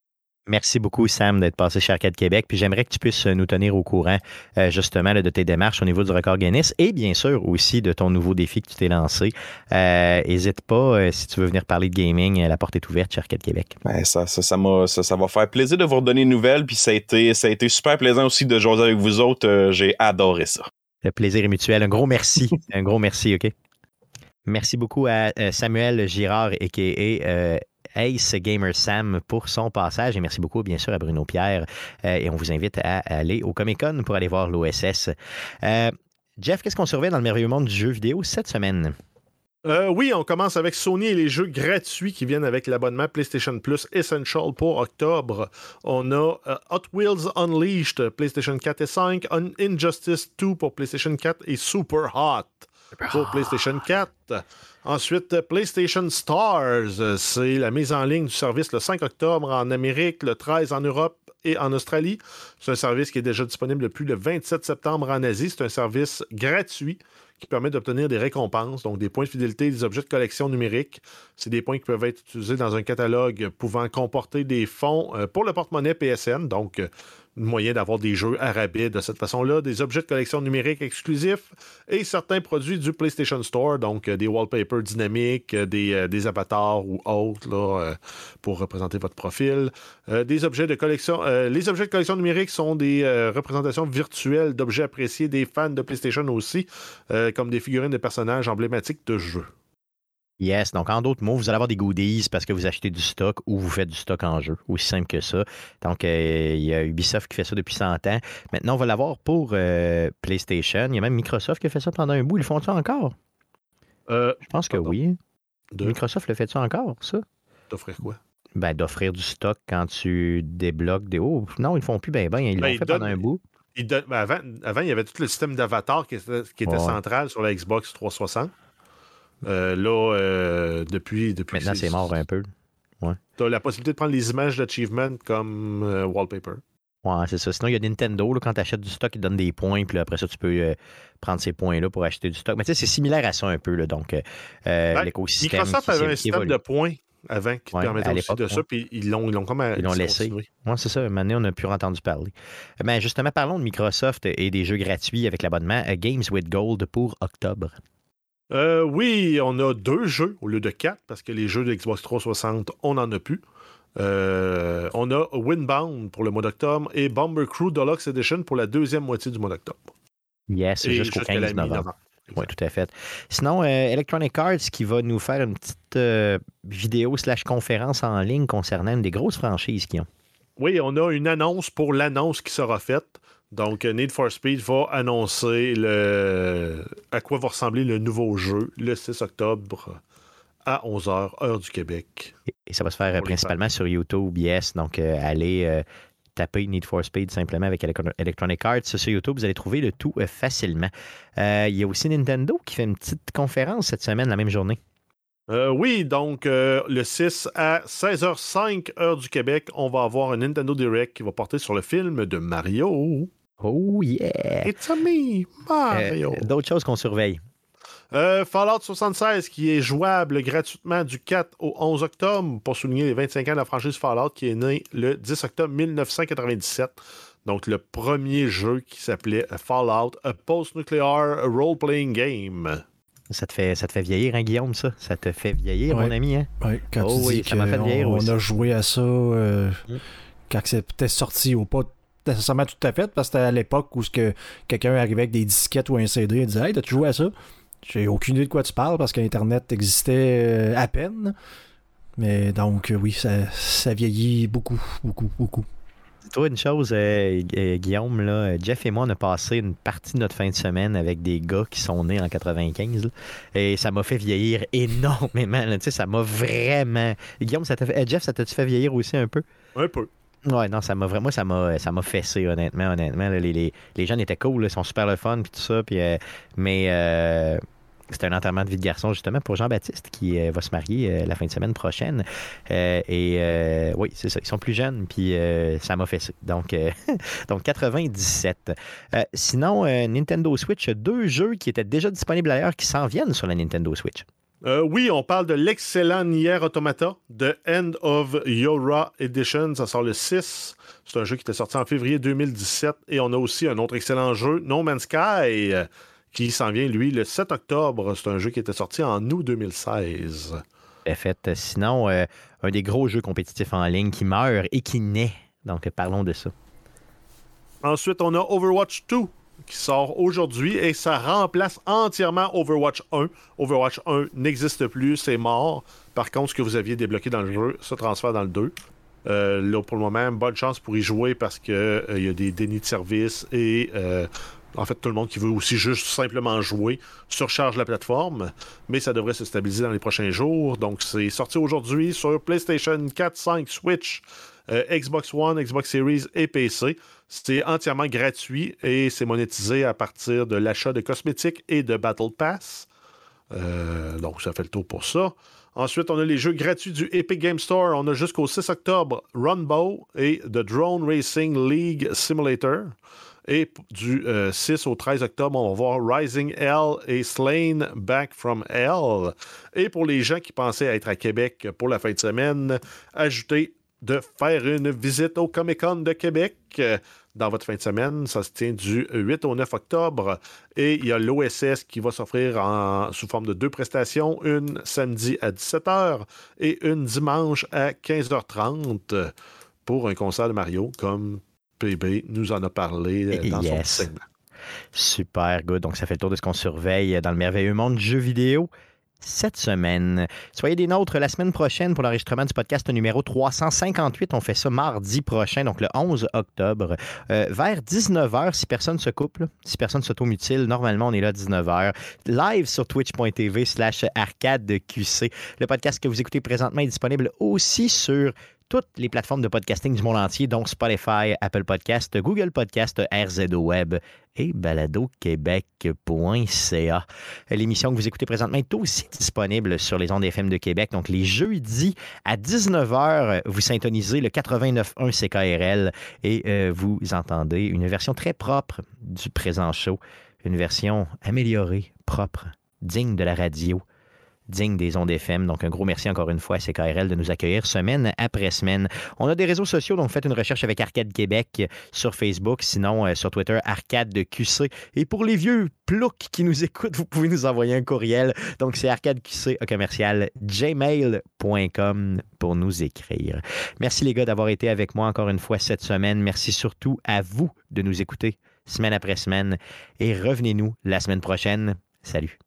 Merci beaucoup, Sam, d'être passé chez Arcade Québec. Puis j'aimerais que tu puisses nous tenir au courant, euh, justement, là, de tes démarches au niveau du record Guinness et bien sûr aussi de ton nouveau défi que tu t'es lancé. N'hésite euh, pas, euh, si tu veux venir parler de gaming, la porte est ouverte chez Arcade Québec. Ben, ça, ça, ça, m'a, ça, ça va faire plaisir de vous redonner une nouvelle. Puis ça a été, ça a été super plaisant aussi de jaser avec vous autres. Euh, j'ai adoré ça. Le plaisir est mutuel. Un gros merci. Un gros merci, OK? Merci beaucoup à euh, Samuel Girard, a k a. Euh, Ace Gamer Sam pour son passage et merci beaucoup bien sûr à Bruno Pierre euh, et on vous invite à, à aller au Comic-Con pour aller voir l'O S S. Euh, Jeff, qu'est-ce qu'on surveille dans le merveilleux monde du jeu vidéo cette semaine? Euh, oui, on commence avec Sony et les jeux gratuits qui viennent avec l'abonnement PlayStation Plus Essential pour octobre. On a uh, Hot Wheels Unleashed, PlayStation quatre et cinq, Injustice deux pour PlayStation quatre et Super Hot pour PlayStation quatre. Ensuite, PlayStation Stars, c'est la mise en ligne du service le cinq octobre en Amérique, le treize en Europe et en Australie. C'est un service qui est déjà disponible depuis le vingt-sept septembre en Asie. C'est un service gratuit qui permet d'obtenir des récompenses, donc des points de fidélité, des objets de collection numériques. C'est des points qui peuvent être utilisés dans un catalogue pouvant comporter des fonds pour le porte-monnaie P S N, donc moyen d'avoir des jeux à rabais de cette façon-là, des objets de collection numérique exclusifs et certains produits du PlayStation Store, donc euh, des wallpapers dynamiques, euh, des, euh, des avatars ou autres là, euh, pour représenter votre profil. Euh, des objets de collection. Euh, les objets de collection numérique sont des euh, représentations virtuelles d'objets appréciés des fans de PlayStation aussi, euh, comme des figurines de personnages emblématiques de jeux. Yes, donc en d'autres mots, vous allez avoir des goodies parce que vous achetez du stock ou vous faites du stock en jeu. Aussi simple que ça. Donc, euh, il y a Ubisoft qui fait ça depuis cent ans. Maintenant, on va l'avoir pour euh, PlayStation. Il y a même Microsoft qui a fait ça pendant un bout. Ils le font ça encore? Euh, Je pense que pardon. oui. De... Microsoft le fait ça encore, ça? D'offrir quoi? Ben, d'offrir du stock quand tu débloques des... Oh, non, ils le font plus ben ben. Ils ben, l'ont fait donne... pendant un bout. Il donne... ben, avant, avant, il y avait tout le système d'avatar qui était, qui était ouais. central sur la Xbox trois cent soixante. Euh, là, euh, depuis, depuis... Maintenant, c'est, c'est mort un peu. Ouais. Tu as la possibilité de prendre les images d'achievement comme euh, wallpaper. Ouais, c'est ça. Sinon, il y a Nintendo, là, quand tu achètes du stock, ils te donnent des points, puis là, après ça, tu peux euh, prendre ces points-là pour acheter du stock. Mais tu sais, c'est similaire à ça un peu, là, donc euh, ben, l'écosystème Microsoft avait un système évolue. de points avant qui te Ouais, permettait à aussi l'époque, de ça, ouais. puis ils l'ont, ils l'ont comme à- Ils l'ont laissé. discontinué. Oui, c'est ça. Un moment donné, on n'a plus entendu parler. Ben, justement, parlons de Microsoft et des jeux gratuits avec l'abonnement euh, Games with Gold pour octobre. Euh, oui, on a deux jeux au lieu de quatre, parce que les jeux de Xbox trois cent soixante, on n'en a plus. Euh, on a Windbound pour le mois d'octobre et Bomber Crew Deluxe Edition pour la deuxième moitié du mois d'octobre. Yes, Et jusqu'au jusqu'à la quinze novembre. mi-novembre. Oui, tout à fait. Sinon, euh, Electronic Arts qui va nous faire une petite euh, vidéo slash conférence en ligne concernant une des grosses franchises qu'ils ont. Oui, on a une annonce pour l'annonce qui sera faite. Donc, Need for Speed va annoncer le... à quoi va ressembler le nouveau jeu le six octobre à onze heures, heure du Québec. Et, et ça va se faire euh, Pour les principalement sur YouTube, yes. Donc, euh, allez euh, taper Need for Speed simplement avec Elec- Electronic Arts sur YouTube. Vous allez trouver le tout euh, facilement. Euh, Il y a aussi Nintendo qui fait une petite conférence cette semaine, la même journée. Euh, oui, donc euh, le six à seize heures cinq, heure du Québec, on va avoir un Nintendo Direct qui va porter sur le film de Mario. Oh yeah! It's a me, Mario. Euh, D'autres choses qu'on surveille. Euh, Fallout soixante-seize qui est jouable gratuitement du quatre au onze octobre pour souligner les vingt-cinq ans de la franchise Fallout qui est née le dix octobre mille neuf cent quatre-vingt-dix-sept. Donc le premier jeu qui s'appelait Fallout, a post-nuclear role-playing game. Ça te fait, ça te fait vieillir, hein, Guillaume, ça? Ça te fait vieillir, Ouais. mon ami, hein? Ouais, quand Oh tu oui, dis ça m'a fait vieillir qu'on aussi. a joué à ça euh, Mm. quand c'était sorti ou pas nécessairement tout à fait, parce que c'était à l'époque où ce que quelqu'un arrivait avec des disquettes ou un C D et disait « Hey, t'as-tu joué à ça? » J'ai aucune idée de quoi tu parles parce qu'Internet existait euh, à peine. Mais donc, euh, oui, ça, ça vieillit beaucoup, beaucoup, beaucoup. Toi, une chose, euh, euh, Guillaume, là, Jeff et moi, on a passé une partie de notre fin de semaine avec des gars qui sont nés en quatre-vingt-quinze. Là, et ça m'a fait vieillir énormément. Là, tu sais, ça m'a vraiment. Guillaume, ça t'a fait... euh, Jeff, ça t'a-tu fait vieillir aussi un peu? Un peu. Ouais, non, ça m'a vraiment, ça m'a, ça m'a fessé, honnêtement, honnêtement. Là, les, les, les jeunes étaient cool, là, ils sont super le fun, puis tout ça, puis, euh, mais euh, c'était un enterrement de vie de garçon, justement, pour Jean-Baptiste, qui euh, va se marier euh, la fin de semaine prochaine. Euh, et euh, oui, c'est ça, ils sont plus jeunes, puis euh, ça m'a fessé. Donc, euh, donc quatre-vingt-dix-sept. Euh, sinon, euh, Nintendo Switch, deux jeux qui étaient déjà disponibles ailleurs qui s'en viennent sur la Nintendo Switch. Euh, oui, on parle de l'excellent Nier Automata, The End of Yora Edition. Ça sort le six. C'est un jeu qui était sorti en février deux mille dix-sept. Et on a aussi un autre excellent jeu, No Man's Sky, euh, qui s'en vient, lui, le sept octobre. C'est un jeu qui était sorti en août deux mille seize. Fait, sinon, euh, un des gros jeux compétitifs en ligne qui meurt et qui naît. Donc, parlons de ça. Ensuite, on a Overwatch deux qui sort aujourd'hui et ça remplace entièrement Overwatch un. Overwatch un n'existe plus, c'est mort. Par contre, ce que vous aviez débloqué dans le jeu se transfère dans le deux. Euh, là, pour le moment, bonne chance pour y jouer parce qu'il euh, y a des dénis de service et euh, en fait, tout le monde qui veut aussi juste simplement jouer surcharge la plateforme. Mais ça devrait se stabiliser dans les prochains jours. Donc, c'est sorti aujourd'hui sur PlayStation quatre, cinq, Switch, euh, Xbox One, Xbox Series et P C. C'est entièrement gratuit et c'est monétisé à partir de l'achat de cosmétiques et de Battle Pass. Euh, donc, ça fait le tour pour ça. Ensuite, on a les jeux gratuits du Epic Game Store. On a jusqu'au six octobre Runbow et The Drone Racing League Simulator. Et du euh, six au treize octobre, on va voir Rising Hell et Slain Back from Hell. Et pour les gens qui pensaient être à Québec pour la fin de semaine, ajoutez de faire une visite au Comic-Con de Québec euh, dans votre fin de semaine. Ça se tient du huit au neuf octobre. Et il y a l'O S S qui va s'offrir en, sous forme de deux prestations, une samedi à dix-sept heures et une dimanche à quinze heures trente pour un concert de Mario, comme P B nous en a parlé dans Yes. son segment. Super good. Donc, ça fait le tour de ce qu'on surveille dans le merveilleux monde du jeu vidéo cette semaine. Soyez des nôtres la semaine prochaine pour l'enregistrement du podcast numéro trois cent cinquante-huit. On fait ça mardi prochain, donc le onze octobre, euh, vers dix-neuf heures, si personne se coupe, là, si personne s'automutile. Normalement, on est là à dix-neuf heures. Live sur twitch.tv slash arcade Q C. Le podcast que vous écoutez présentement est disponible aussi sur toutes les plateformes de podcasting du monde entier, donc Spotify, Apple Podcast, Google Podcast, R Z O Web et balado québec point c a. L'émission que vous écoutez présentement est aussi disponible sur les ondes F M de Québec. Donc, les jeudis à dix-neuf heures, vous syntonisez le quatre-vingt-neuf point un C K R L et euh, vous entendez une version très propre du présent show, une version améliorée, propre, digne de la radio. digne des ondes F M. Donc, un gros merci encore une fois à C K R L de nous accueillir semaine après semaine. On a des réseaux sociaux, donc faites une recherche avec Arcade Québec sur Facebook, sinon euh, sur Twitter, Arcade de Q C. Et pour les vieux ploucs qui nous écoutent, vous pouvez nous envoyer un courriel. Donc, c'est arcadeqc au commercial gmail point com pour nous écrire. Merci les gars d'avoir été avec moi encore une fois cette semaine. Merci surtout à vous de nous écouter semaine après semaine. Et revenez-nous la semaine prochaine. Salut.